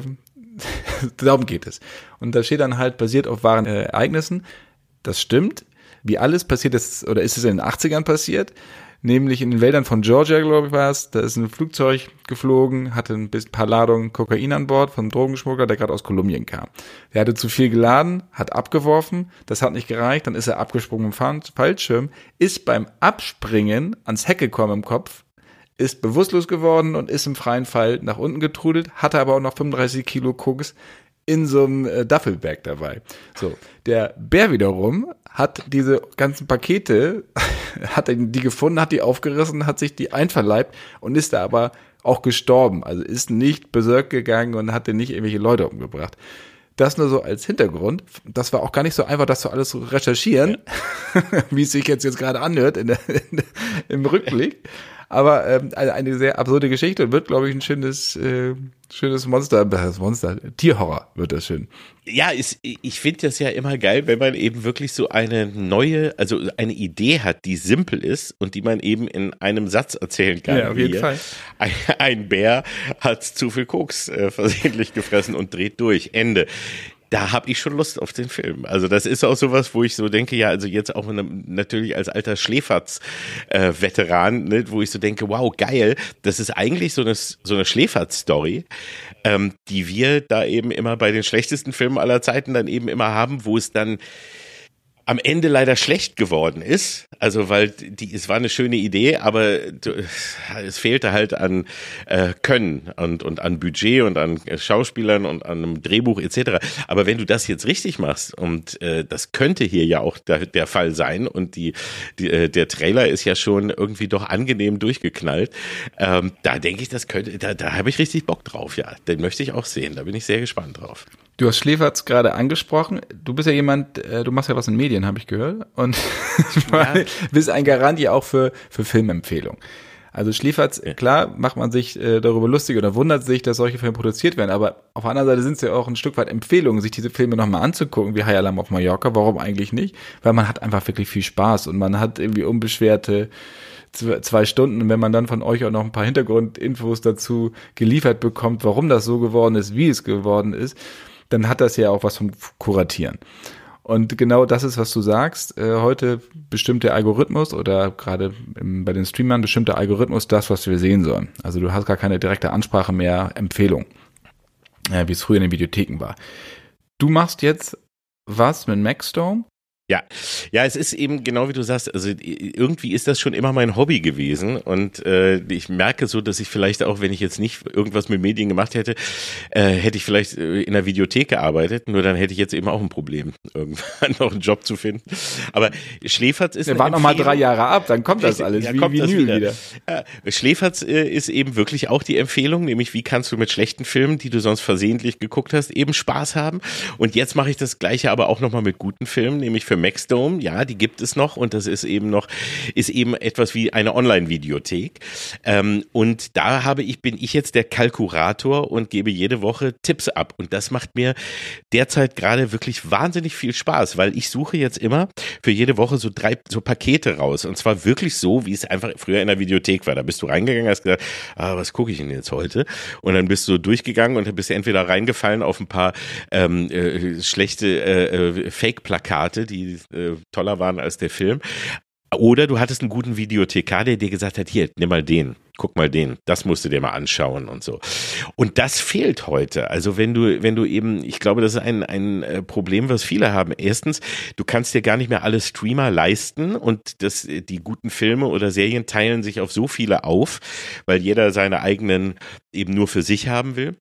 darum geht es. Und da steht dann halt basiert auf wahren äh, Ereignissen. Das stimmt. Wie alles passiert ist, oder ist es in den achtzigern passiert, nämlich in den Wäldern von Georgia, glaube ich, war es. Da ist ein Flugzeug geflogen, hatte ein paar Ladungen Kokain an Bord von einem Drogenschmuggler, der gerade aus Kolumbien kam. Der hatte zu viel geladen, hat abgeworfen, das hat nicht gereicht, dann ist er abgesprungen im Fallschirm, ist beim Abspringen ans Heck gekommen im Kopf, ist bewusstlos geworden und ist im freien Fall nach unten getrudelt, hatte aber auch noch fünfunddreißig Kilo Koks in so einem äh, Duffelbag dabei. So, der Bär wiederum hat diese ganzen Pakete, hat die gefunden, hat die aufgerissen, hat sich die einverleibt und ist da aber auch gestorben. Also ist nicht berserk gegangen und hatte nicht irgendwelche Leute umgebracht. Das nur so als Hintergrund. Das war auch gar nicht so einfach, das so alles zu recherchieren, ja. wie es sich jetzt, jetzt gerade anhört in der, in der, im Rückblick. Aber ähm, eine sehr absurde Geschichte und wird, glaube ich, ein schönes, äh, schönes Monster, das Monster, Tierhorror wird das schön. Ja, ist, ich finde das ja immer geil, wenn man eben wirklich so eine neue, also eine Idee hat, die simpel ist und die man eben in einem Satz erzählen kann. Ja, auf jeden Hier. Fall. Ein, ein Bär hat zu viel Koks äh, versehentlich gefressen und dreht durch. Ende. Da habe ich schon Lust auf den Film. Also das ist auch sowas, wo ich so denke, ja, also jetzt auch natürlich als alter Schläferz-Veteran, äh, ne, wo ich so denke, wow, geil, das ist eigentlich so eine, so eine Schläferz-Story, ähm, die wir da eben immer bei den schlechtesten Filmen aller Zeiten dann eben immer haben, wo es dann am Ende leider schlecht geworden ist, also weil die, es war eine schöne Idee, aber es fehlte halt an äh, Können und und an Budget und an Schauspielern und an einem Drehbuch et cetera. Aber wenn du das jetzt richtig machst und äh, das könnte hier ja auch der, der Fall sein und die, die äh, der Trailer ist ja schon irgendwie doch angenehm durchgeknallt, ähm, da denke ich, das könnte, da da habe ich richtig Bock drauf, ja, den möchte ich auch sehen, da bin ich sehr gespannt drauf. Du hast Schläferz gerade angesprochen. Du bist ja jemand, äh, du machst ja was in Medien, habe ich gehört. Und ja. bist ein Garant ja auch für, für Filmempfehlungen. Also Schläferz, ja. klar, macht man sich äh, darüber lustig oder wundert sich, dass solche Filme produziert werden. Aber auf der anderen Seite sind es ja auch ein Stück weit Empfehlungen, sich diese Filme nochmal anzugucken, wie High Alarm auf Mallorca. Warum eigentlich nicht? Weil man hat einfach wirklich viel Spaß und man hat irgendwie unbeschwerte zwei Stunden, und wenn man dann von euch auch noch ein paar Hintergrundinfos dazu geliefert bekommt, warum das so geworden ist, wie es geworden ist, dann hat das ja auch was vom Kuratieren. Und genau das ist, was du sagst. Äh, heute bestimmt der Algorithmus oder gerade im, bei den Streamern bestimmt der Algorithmus das, was wir sehen sollen. Also du hast gar keine direkte Ansprache mehr, Empfehlung, äh, wie es früher in den Videotheken war. Du machst jetzt was mit Maxdome? Ja, ja, es ist eben genau wie du sagst, also irgendwie ist das schon immer mein Hobby gewesen und äh, ich merke so, dass ich vielleicht auch, wenn ich jetzt nicht irgendwas mit Medien gemacht hätte, äh, hätte ich vielleicht äh, in der Videothek gearbeitet, nur dann hätte ich jetzt eben auch ein Problem, irgendwann noch einen Job zu finden. Aber Schläferz ist Wir waren noch mal drei Jahre ab, dann kommt das alles, ja, wie kommt Vinyl wieder. wieder. Ja, Schläferz äh, ist eben wirklich auch die Empfehlung, nämlich wie kannst du mit schlechten Filmen, die du sonst versehentlich geguckt hast, eben Spaß haben. Und jetzt mache ich das Gleiche aber auch nochmal mit guten Filmen, nämlich für Maxdome, ja, die gibt es noch und das ist eben noch, ist eben etwas wie eine Online-Videothek. Ähm, und da habe ich, bin ich jetzt der Kalkurator und gebe jede Woche Tipps ab. Und das macht mir derzeit gerade wirklich wahnsinnig viel Spaß, weil ich suche jetzt immer für jede Woche so drei, so Pakete raus. Und zwar wirklich so, wie es einfach früher in der Videothek war. Da bist du reingegangen, hast gesagt, ah, was gucke ich denn jetzt heute? Und dann bist du durchgegangen und dann bist du entweder reingefallen auf ein paar ähm, äh, schlechte äh, Fake-Plakate, die äh, toller waren als der Film. Oder du hattest einen guten Videothekar, der dir gesagt hat, hier, nimm mal den, guck mal den, das musst du dir mal anschauen und so. Und das fehlt heute. Also wenn du, wenn du eben, ich glaube, das ist ein, ein Problem, was viele haben. Erstens, du kannst dir gar nicht mehr alle Streamer leisten und das, die guten Filme oder Serien teilen sich auf so viele auf, weil jeder seine eigenen eben nur für sich haben will.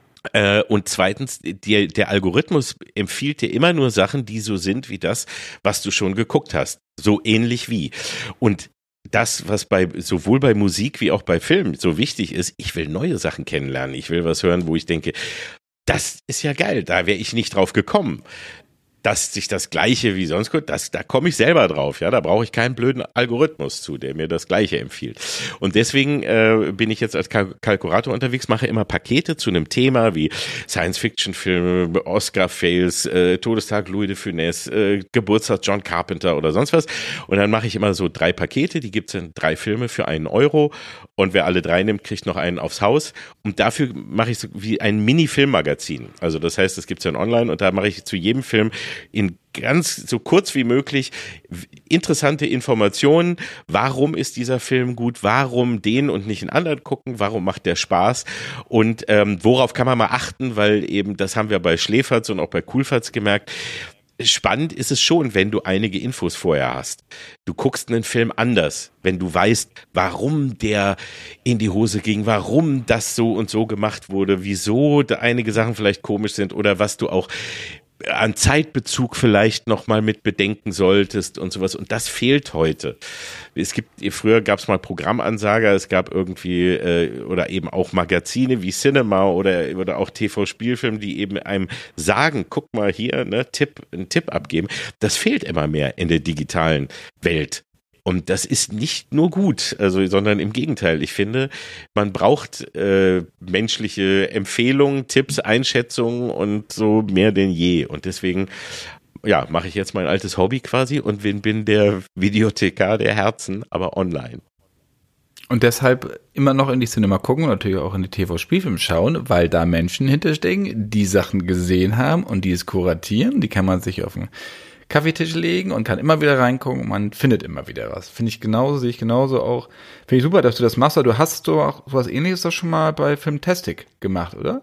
Und zweitens, der, der Algorithmus empfiehlt dir immer nur Sachen, die so sind wie das, was du schon geguckt hast. So ähnlich wie. Und das, was bei sowohl bei Musik wie auch bei Film so wichtig ist, ich will neue Sachen kennenlernen. Ich will was hören, wo ich denke, das ist ja geil, da wäre ich nicht drauf gekommen. Dass sich das Gleiche wie sonst gut, das, da komme ich selber drauf, ja, da brauche ich keinen blöden Algorithmus zu, der mir das Gleiche empfiehlt. Und deswegen äh, bin ich jetzt als Kalk- Kalkulator unterwegs, mache immer Pakete zu einem Thema wie Science-Fiction-Filme, Oscar-Fails, äh, Todestag Louis de Funès, äh, Geburtstag John Carpenter oder sonst was. Und dann mache ich immer so drei Pakete, die gibt's in drei Filme für einen Euro. Und wer alle drei nimmt, kriegt noch einen aufs Haus. Und dafür mache ich so wie ein Mini-Filmmagazin. Also das heißt, das gibt's dann online und da mache ich zu jedem Film in ganz so kurz wie möglich interessante Informationen. Warum ist dieser Film gut? Warum den und nicht einen anderen gucken? Warum macht der Spaß? Und ähm, worauf kann man mal achten? Weil eben, das haben wir bei Schläferz und auch bei Coolfatz gemerkt, spannend ist es schon, wenn du einige Infos vorher hast. Du guckst einen Film anders, wenn du weißt, warum der in die Hose ging, warum das so und so gemacht wurde, wieso da einige Sachen vielleicht komisch sind oder was du auch an Zeitbezug vielleicht nochmal mit bedenken solltest und sowas. Und das fehlt heute. Es gibt, früher gab es mal Programmansager, es gab irgendwie, äh, oder eben auch Magazine wie Cinema oder, oder auch T V-Spielfilme, die eben einem sagen, guck mal hier, ne, Tipp, einen Tipp abgeben. Das fehlt immer mehr in der digitalen Welt. Und das ist nicht nur gut, also, sondern im Gegenteil. Ich finde, man braucht äh, menschliche Empfehlungen, Tipps, Einschätzungen und so mehr denn je. Und deswegen, ja, mache ich jetzt mein altes Hobby quasi und bin, bin der Videothekar der Herzen, aber online. Und deshalb immer noch in die Cinema gucken und natürlich auch in die T V-Spielfilme schauen, weil da Menschen hinterstecken, die Sachen gesehen haben und die es kuratieren. Die kann man sich auf den Kaffeetisch legen und kann immer wieder reingucken und man findet immer wieder was. Finde ich genauso, sehe ich genauso auch. Finde ich super, dass du das machst. Du hast so auch sowas Ähnliches doch schon mal bei Filmtastic gemacht, oder?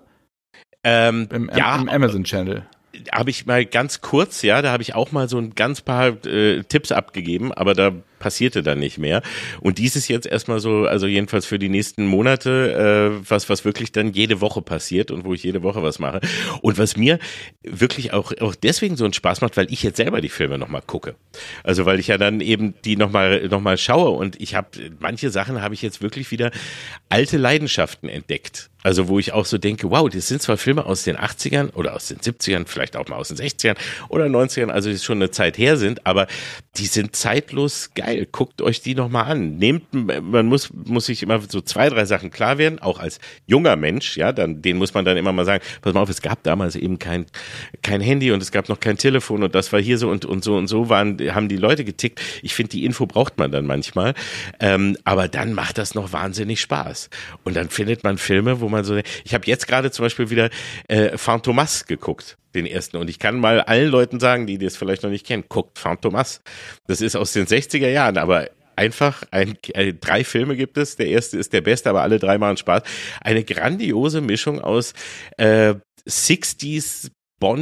Ähm, Im, ja, im Amazon-Channel. Habe ich mal ganz kurz, ja, da habe ich auch mal so ein ganz paar äh, Tipps abgegeben, aber da passierte dann nicht mehr. Und dies ist jetzt erstmal so, also jedenfalls für die nächsten Monate, äh, was was wirklich dann jede Woche passiert und wo ich jede Woche was mache. Und was mir wirklich auch auch deswegen so einen Spaß macht, weil ich jetzt selber die Filme nochmal gucke. Also weil ich ja dann eben die nochmal noch mal schaue und ich habe, manche Sachen habe ich jetzt wirklich wieder alte Leidenschaften entdeckt. Also wo ich auch so denke, wow, das sind zwar Filme aus den achtzigern oder aus den siebzigern, vielleicht auch mal aus den sechzigern oder neunzigern, also die schon eine Zeit her sind, aber die sind zeitlos geil. Guckt euch die nochmal an. Nehmt, man muss, muss sich immer so zwei, drei Sachen klar werden, auch als junger Mensch, ja, dann, den muss man dann immer mal sagen, pass mal auf, es gab damals eben kein, kein Handy und es gab noch kein Telefon und das war hier so und, und so und so waren, haben die Leute getickt. Ich finde, die Info braucht man dann manchmal, ähm, aber dann macht das noch wahnsinnig Spaß. Und dann findet man Filme, wo man so, ich habe jetzt gerade zum Beispiel wieder äh, Fantomas geguckt, den ersten. Und ich kann mal allen Leuten sagen, die das vielleicht noch nicht kennen, guckt Fantomas. Das ist aus den sechziger Jahren, aber einfach ein, äh, drei Filme gibt es. Der erste ist der beste, aber alle drei machen Spaß. Eine grandiose Mischung aus äh, sechziger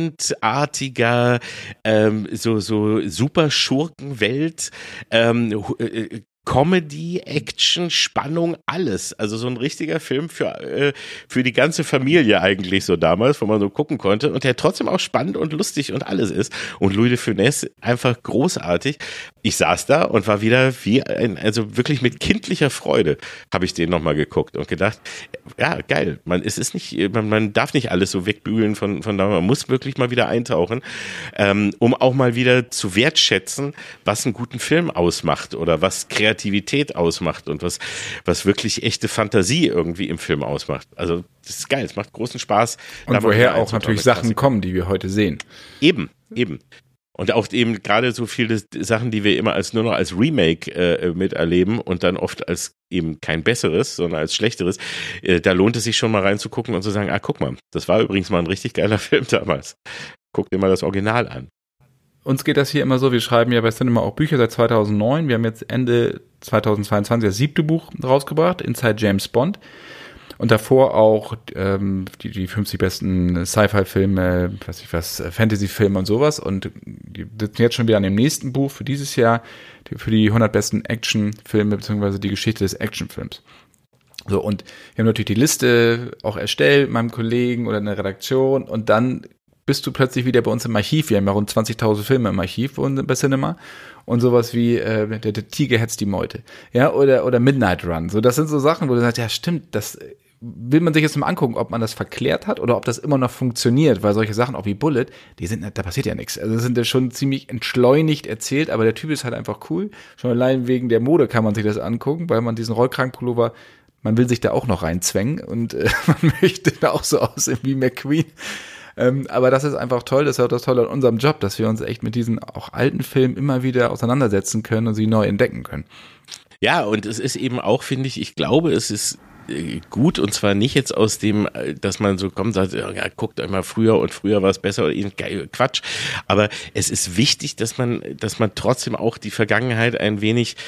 Bond-artiger ähm, so so super Schurkenwelt, ähm, äh, Comedy, Action, Spannung, alles. Also so ein richtiger Film für äh, für die ganze Familie eigentlich so damals, wo man so gucken konnte und der trotzdem auch spannend und lustig und alles ist. Und Louis de Funès einfach großartig. Ich saß da und war wieder wie ein, also wirklich mit kindlicher Freude habe ich den nochmal geguckt und gedacht, ja, geil. Man, es ist nicht, man, man darf nicht alles so wegbügeln von von da. Man muss wirklich mal wieder eintauchen, ähm, um auch mal wieder zu wertschätzen, was einen guten Film ausmacht oder was kreativ Kreativität ausmacht und was, was wirklich echte Fantasie irgendwie im Film ausmacht. Also das ist geil, es macht großen Spaß. Und woher auch natürlich Sachen kommen, die wir heute sehen. Eben, eben. Und auch eben gerade so viele Sachen, die wir immer als nur noch als Remake äh, miterleben und dann oft als eben kein besseres, sondern als schlechteres, äh, da lohnt es sich schon mal reinzugucken und zu sagen, ah, guck mal, das war übrigens mal ein richtig geiler Film damals. Guck dir mal das Original an. Uns geht das hier immer so, wir schreiben ja bei Cinema auch Bücher seit zweitausendneun. Wir haben jetzt Ende zweitausendzweiundzwanzig das siebte Buch rausgebracht, Inside James Bond. Und davor auch ähm, die, die fünfzig besten Sci-Fi-Filme, weiß ich was, Fantasy-Filme und sowas. Und wir sitzen jetzt schon wieder an dem nächsten Buch für dieses Jahr, für die hundert besten Action-Filme, beziehungsweise die Geschichte des Actionfilms. So, und wir haben natürlich die Liste auch erstellt, meinem Kollegen oder in der Redaktion. Und dann bist du plötzlich wieder bei uns im Archiv. Wir haben ja rund zwanzigtausend Filme im Archiv bei Cinema und sowas wie äh, der, der Tiger hetzt die Meute, ja, oder oder Midnight Run. So, das sind so Sachen, wo du sagst, ja stimmt, das will man sich jetzt mal angucken, ob man das verklärt hat oder ob das immer noch funktioniert, weil solche Sachen auch wie Bullet, die sind, da passiert ja nichts. Also das sind ja schon ziemlich entschleunigt erzählt, aber der Typ ist halt einfach cool. Schon allein wegen der Mode kann man sich das angucken, weil man diesen Rollkragenpullover, man will sich da auch noch reinzwängen und äh, man möchte da auch so aussehen wie McQueen. Ähm, aber das ist einfach toll, das ist auch das Tolle an unserem Job, dass wir uns echt mit diesen auch alten Filmen immer wieder auseinandersetzen können und sie neu entdecken können. Ja, und es ist eben auch, finde ich, ich glaube, es ist gut und zwar nicht jetzt aus dem, dass man so kommt und sagt, ja, guckt einmal früher und früher war es besser oder geil, Quatsch, aber es ist wichtig, dass man, dass man trotzdem auch die Vergangenheit ein wenig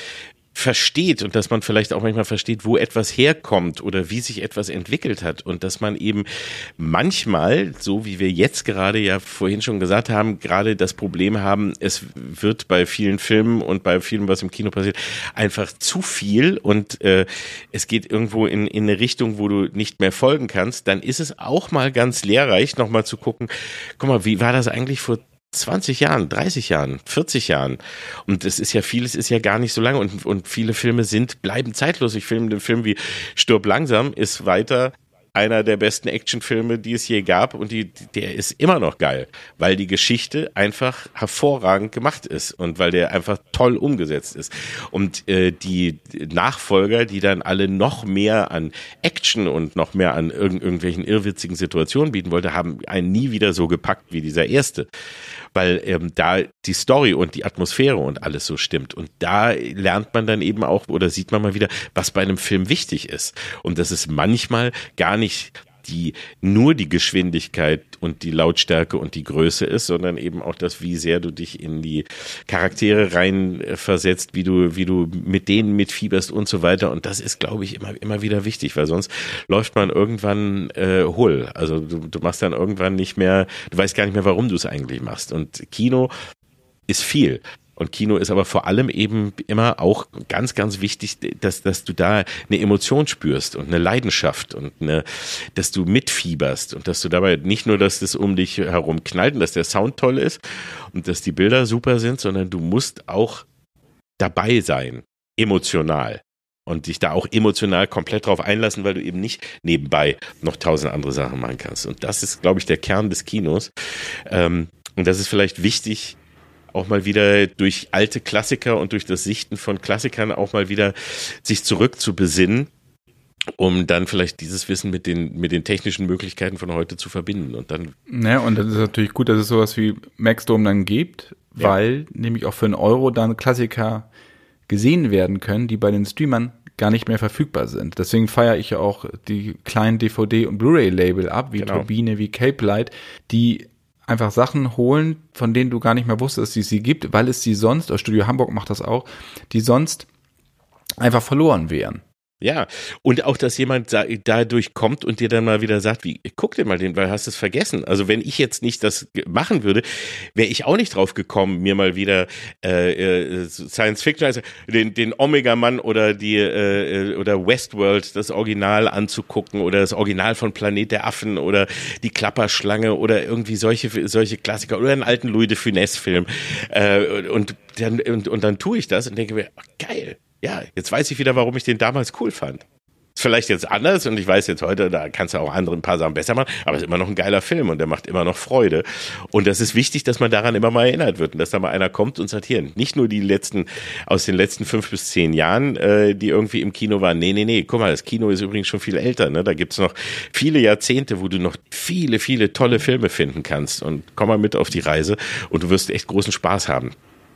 versteht und dass man vielleicht auch manchmal versteht, wo etwas herkommt oder wie sich etwas entwickelt hat und dass man eben manchmal, so wie wir jetzt gerade ja vorhin schon gesagt haben, gerade das Problem haben, es wird bei vielen Filmen und bei vielem, was im Kino passiert, einfach zu viel und äh, es geht irgendwo in, in eine Richtung, wo du nicht mehr folgen kannst, dann ist es auch mal ganz lehrreich, nochmal zu gucken, guck mal, wie war das eigentlich vor zwanzig Jahren, dreißig Jahren, vierzig Jahren. Und das ist ja vieles, ist ja gar nicht so lange und, und viele Filme sind, bleiben zeitlos. Ich filme den Film wie Stirb langsam, ist weiter einer der besten Actionfilme, die es je gab und die, der ist immer noch geil, weil die Geschichte einfach hervorragend gemacht ist und weil der einfach toll umgesetzt ist. Und äh, die Nachfolger, die dann alle noch mehr an Action und noch mehr an irg- irgendwelchen irrwitzigen Situationen bieten wollte, haben einen nie wieder so gepackt wie dieser erste. Weil ähm, da die Story und die Atmosphäre und alles so stimmt. Und da lernt man dann eben auch oder sieht man mal wieder, was bei einem Film wichtig ist. Und das ist manchmal gar nicht die nur die Geschwindigkeit und die Lautstärke und die Größe ist, sondern eben auch das, wie sehr du dich in die Charaktere rein versetzt, wie du, wie du mit denen mitfieberst und so weiter. Und das ist, glaube ich, immer, immer wieder wichtig, weil sonst läuft man irgendwann äh, hohl. Also du, du machst dann irgendwann nicht mehr, du weißt gar nicht mehr, warum du es eigentlich machst. Und Kino ist viel. Und Kino ist aber vor allem eben immer auch ganz, ganz wichtig, dass, dass du da eine Emotion spürst und eine Leidenschaft und eine, dass du mitfieberst und dass du dabei nicht nur, dass das um dich herum knallt und dass der Sound toll ist und dass die Bilder super sind, sondern du musst auch dabei sein, emotional. Und dich da auch emotional komplett drauf einlassen, weil du eben nicht nebenbei noch tausend andere Sachen machen kannst. Und das ist, glaube ich, der Kern des Kinos. Und das ist vielleicht wichtig, auch mal wieder durch alte Klassiker und durch das Sichten von Klassikern auch mal wieder sich zurück zu besinnen, um dann vielleicht dieses Wissen mit den, mit den technischen Möglichkeiten von heute zu verbinden. Und dann. Ja, und das ist natürlich gut, dass es sowas wie Maxdome dann gibt, ja. Weil nämlich auch für einen Euro dann Klassiker gesehen werden können, die bei den Streamern gar nicht mehr verfügbar sind. Deswegen feiere ich ja auch die kleinen D V D- und Blu-ray-Label ab, wie genau. Turbine, wie Cape Light, die einfach Sachen holen, von denen du gar nicht mehr wusstest, dass es sie gibt, weil es sie sonst, Studio Hamburg macht das auch, die sonst einfach verloren wären. Ja, und auch, dass jemand da, dadurch kommt und dir dann mal wieder sagt, wie, guck dir mal den, weil hast es vergessen. Also wenn ich jetzt nicht das machen würde, wäre ich auch nicht drauf gekommen, mir mal wieder äh, Science Fiction, also den, den Omega-Mann oder die äh, oder Westworld, das Original anzugucken oder das Original von Planet der Affen oder die Klapperschlange oder irgendwie solche solche Klassiker oder einen alten Louis de Funès-Film. Äh, und, dann, und, und dann tue ich das und denke mir, oh, geil. Ja, jetzt weiß ich wieder, warum ich den damals cool fand. Ist vielleicht jetzt anders und ich weiß jetzt heute, da kannst du auch andere ein paar Sachen besser machen, aber es ist immer noch ein geiler Film und der macht immer noch Freude. Und das ist wichtig, dass man daran immer mal erinnert wird und dass da mal einer kommt und sagt, hier, nicht nur die letzten, aus den letzten fünf bis zehn Jahren, äh, die irgendwie im Kino waren. Nee, nee, nee, guck mal, das Kino ist übrigens schon viel älter, ne? Da gibt's noch viele Jahrzehnte, wo du noch viele, viele tolle Filme finden kannst und komm mal mit auf die Reise und du wirst echt großen Spaß haben.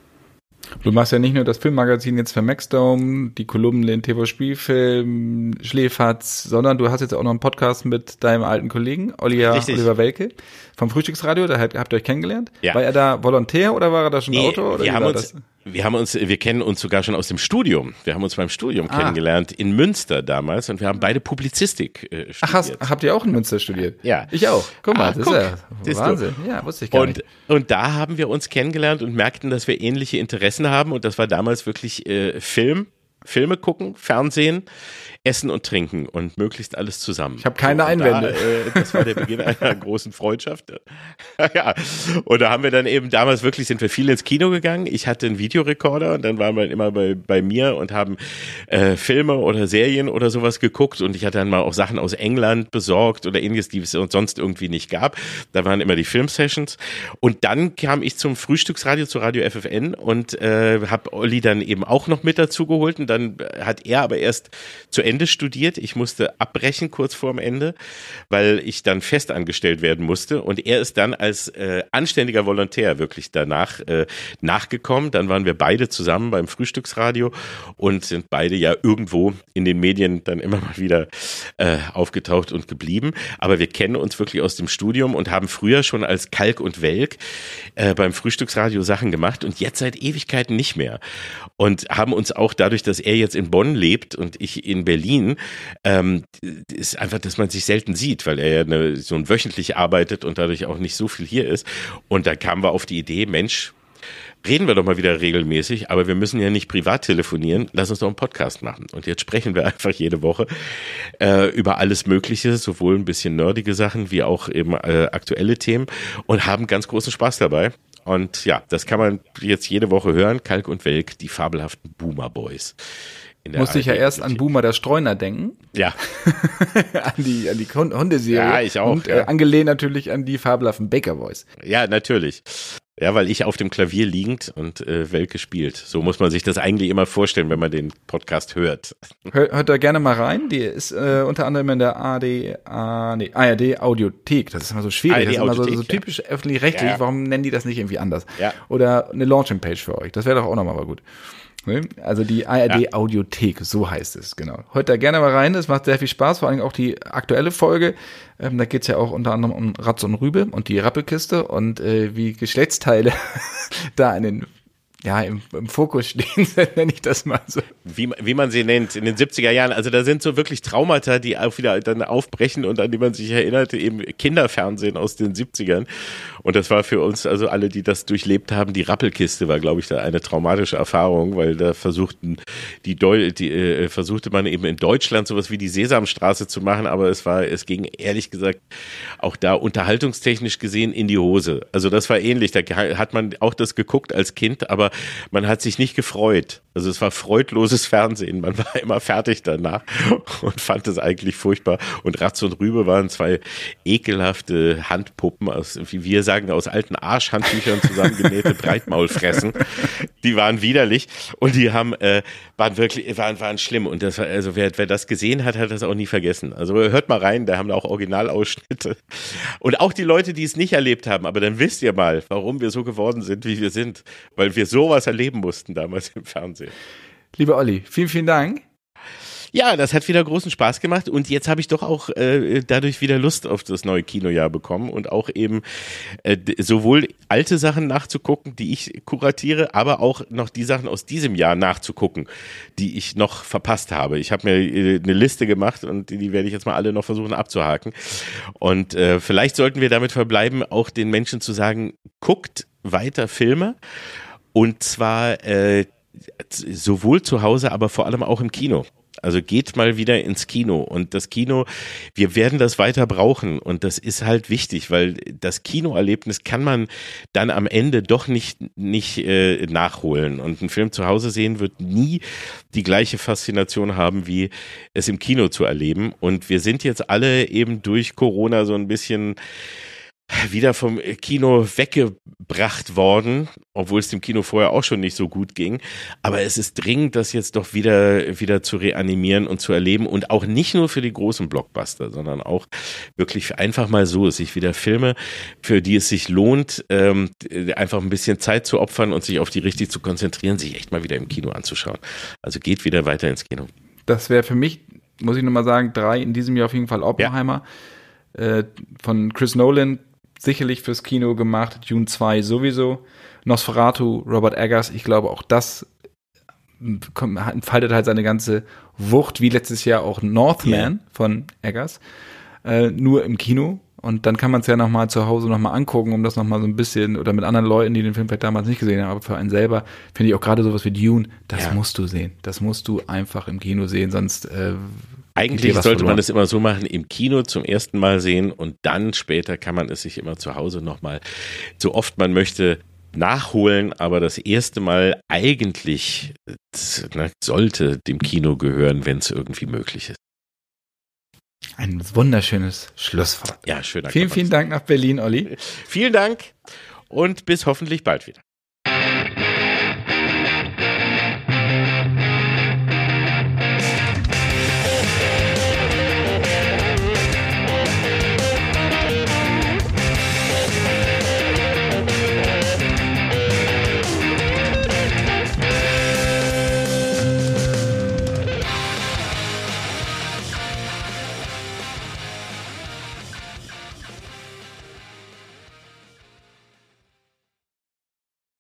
Du machst ja nicht nur das Filmmagazin jetzt für Maxdome, die Kolumnen in T V-Spielfilm, Schläferz, sondern du hast jetzt auch noch einen Podcast mit deinem alten Kollegen, Oliver, Oliver Welke, vom Frühstücksradio, da habt ihr euch kennengelernt. Ja. War er da Volontär oder war er da schon nee, Autor? Oder wir haben uns, das? Wir haben uns, wir kennen uns sogar schon aus dem Studium. Wir haben uns beim Studium ah. kennengelernt in Münster damals und wir haben beide Publizistik äh, studiert. Ach, hast, habt ihr auch in Münster studiert? Ja. Ich auch. Guck mal, ah, das guck, ist ja Wahnsinn. Du. Ja, wusste ich gar und, nicht. Und da haben wir uns kennengelernt und merkten, dass wir ähnliche Interessen haben und das war damals wirklich äh, Film, Filme gucken, Fernsehen, Essen und Trinken und möglichst alles zusammen. Ich habe keine so, Einwände. Da, äh, das war der Beginn einer großen Freundschaft. Ja, und da haben wir dann eben damals wirklich, sind wir viel ins Kino gegangen. Ich hatte einen Videorekorder und dann waren wir immer bei, bei mir und haben äh, Filme oder Serien oder sowas geguckt und ich hatte dann mal auch Sachen aus England besorgt oder ähnliches, die es sonst irgendwie nicht gab. Da waren immer die Filmsessions und dann kam ich zum Frühstücksradio, zu Radio F F N und äh, habe Olli dann eben auch noch mit dazu geholt und dann hat er aber erst zu Ende studiert. Ich musste abbrechen kurz vorm Ende, weil ich dann festangestellt werden musste und er ist dann als äh, anständiger Volontär wirklich danach äh, nachgekommen. Dann waren wir beide zusammen beim Frühstücksradio und sind beide ja irgendwo in den Medien dann immer mal wieder äh, aufgetaucht und geblieben. Aber wir kennen uns wirklich aus dem Studium und haben früher schon als Kalk und Welk äh, beim Frühstücksradio Sachen gemacht und jetzt seit Ewigkeiten nicht mehr. Und haben uns auch dadurch, dass er jetzt in Bonn lebt und ich in Berlin, ähm, ist einfach, dass man sich selten sieht, weil er ja eine, so ein wöchentlich arbeitet und dadurch auch nicht so viel hier ist. Und da kamen wir auf die Idee, Mensch, reden wir doch mal wieder regelmäßig, aber wir müssen ja nicht privat telefonieren, lass uns doch einen Podcast machen. Und jetzt sprechen wir einfach jede Woche äh, über alles Mögliche, sowohl ein bisschen nerdige Sachen wie auch eben äh, aktuelle Themen und haben ganz großen Spaß dabei. Und ja, das kann man jetzt jede Woche hören, Kalk und Welk, die fabelhaften Boomer Boys. Musste ich ja erst an Boomer der Streuner denken. Ja. an die, an die Hundeserie. Ja, ich auch. Und ja. äh, angelehnt natürlich an die fabelhaften Baker Boys. Ja, natürlich. Ja, weil ich auf dem Klavier liegend und äh, Welke spielt. So muss man sich das eigentlich immer vorstellen, wenn man den Podcast hört. Hört, hört da gerne mal rein. Die ist äh, unter anderem in der A D, A, nee, A R D Audiothek. Das ist immer so schwierig. Das ist immer so, so typisch ja. öffentlich-rechtlich. Ja. Warum nennen die das nicht irgendwie anders? Ja. Oder eine Launching-Page für euch. Das wäre doch auch nochmal mal gut. Also die A R D ja. Audiothek, so heißt es, genau. Hört da gerne mal rein, es macht sehr viel Spaß, vor allem auch die aktuelle Folge. Ähm, da geht's ja auch unter anderem um Ratz und Rübe und die Rappelkiste und äh, wie Geschlechtsteile da in den, ja, im, im Fokus stehen, nenne ich das mal so. Wie, wie man sie nennt, in den siebziger Jahren. Also da sind so wirklich Traumata, die auch wieder dann aufbrechen und an die man sich erinnert, eben Kinderfernsehen aus den siebzigern. Und das war für uns, also alle, die das durchlebt haben, die Rappelkiste war, glaube ich, da eine traumatische Erfahrung, weil da versuchten die, Deu- die äh, versuchte man eben in Deutschland sowas wie die Sesamstraße zu machen, aber es war, es ging ehrlich gesagt auch da unterhaltungstechnisch gesehen in die Hose. Also das war ähnlich, da hat man auch das geguckt als Kind, aber man hat sich nicht gefreut. Also es war freudloses Fernsehen. Man war immer fertig danach und fand es eigentlich furchtbar. Und Ratz und Rübe waren zwei ekelhafte Handpuppen aus, wie wir sagen, aus alten Arschhandtüchern zusammengenähte Breitmaulfressen. Die waren widerlich und die haben äh, waren wirklich waren waren schlimm. Und das war, also wer wer das gesehen hat, hat das auch nie vergessen. Also hört mal rein, da haben wir auch Originalausschnitte. Und auch die Leute, die es nicht erlebt haben. Aber dann wisst ihr mal, warum wir so geworden sind, wie wir sind, weil wir sowas erleben mussten damals im Fernsehen. Lieber Olli, vielen, vielen Dank. Ja, das hat wieder großen Spaß gemacht und jetzt habe ich doch auch äh, dadurch wieder Lust auf das neue Kinojahr bekommen und auch eben äh, sowohl alte Sachen nachzugucken, die ich kuratiere, aber auch noch die Sachen aus diesem Jahr nachzugucken, die ich noch verpasst habe. Ich habe mir äh, eine Liste gemacht und die, die werde ich jetzt mal alle noch versuchen abzuhaken. Und äh, vielleicht sollten wir damit verbleiben, auch den Menschen zu sagen, guckt weiter Filme und zwar äh, sowohl zu Hause, aber vor allem auch im Kino. Also geht mal wieder ins Kino und das Kino, wir werden das weiter brauchen und das ist halt wichtig, weil das Kinoerlebnis kann man dann am Ende doch nicht nicht äh, nachholen und ein Film zu Hause sehen wird nie die gleiche Faszination haben, wie es im Kino zu erleben und wir sind jetzt alle eben durch Corona so ein bisschen wieder vom Kino weggebracht worden, obwohl es dem Kino vorher auch schon nicht so gut ging. Aber es ist dringend, das jetzt doch wieder, wieder zu reanimieren und zu erleben und auch nicht nur für die großen Blockbuster, sondern auch wirklich einfach mal so, sich wieder Filme, für die es sich lohnt, ähm, einfach ein bisschen Zeit zu opfern und sich auf die richtig zu konzentrieren, sich echt mal wieder im Kino anzuschauen. Also geht wieder weiter ins Kino. Das wäre für mich, muss ich nochmal sagen, drei in diesem Jahr auf jeden Fall Oppenheimer, ja. äh, von Chris Nolan, sicherlich fürs Kino gemacht, Dune zwei sowieso, Nosferatu, Robert Eggers, ich glaube auch das entfaltet halt seine ganze Wucht, wie letztes Jahr auch Northman yeah. von Eggers, äh, nur im Kino und dann kann man es ja nochmal zu Hause nochmal angucken, um das nochmal so ein bisschen, oder mit anderen Leuten, die den Film vielleicht damals nicht gesehen haben, aber für einen selber finde ich auch gerade sowas wie Dune, das ja. musst du sehen, das musst du einfach im Kino sehen, sonst äh, Eigentlich sollte verloren. Man das immer so machen, im Kino zum ersten Mal sehen und dann später kann man es sich immer zu Hause nochmal, so oft man möchte, nachholen, aber das erste Mal eigentlich na, sollte dem Kino gehören, wenn es irgendwie möglich ist. Ein wunderschönes Schlusswort. Ja, schöner Vielen, vielen Dank nach Berlin, Olli. Vielen Dank und bis hoffentlich bald wieder.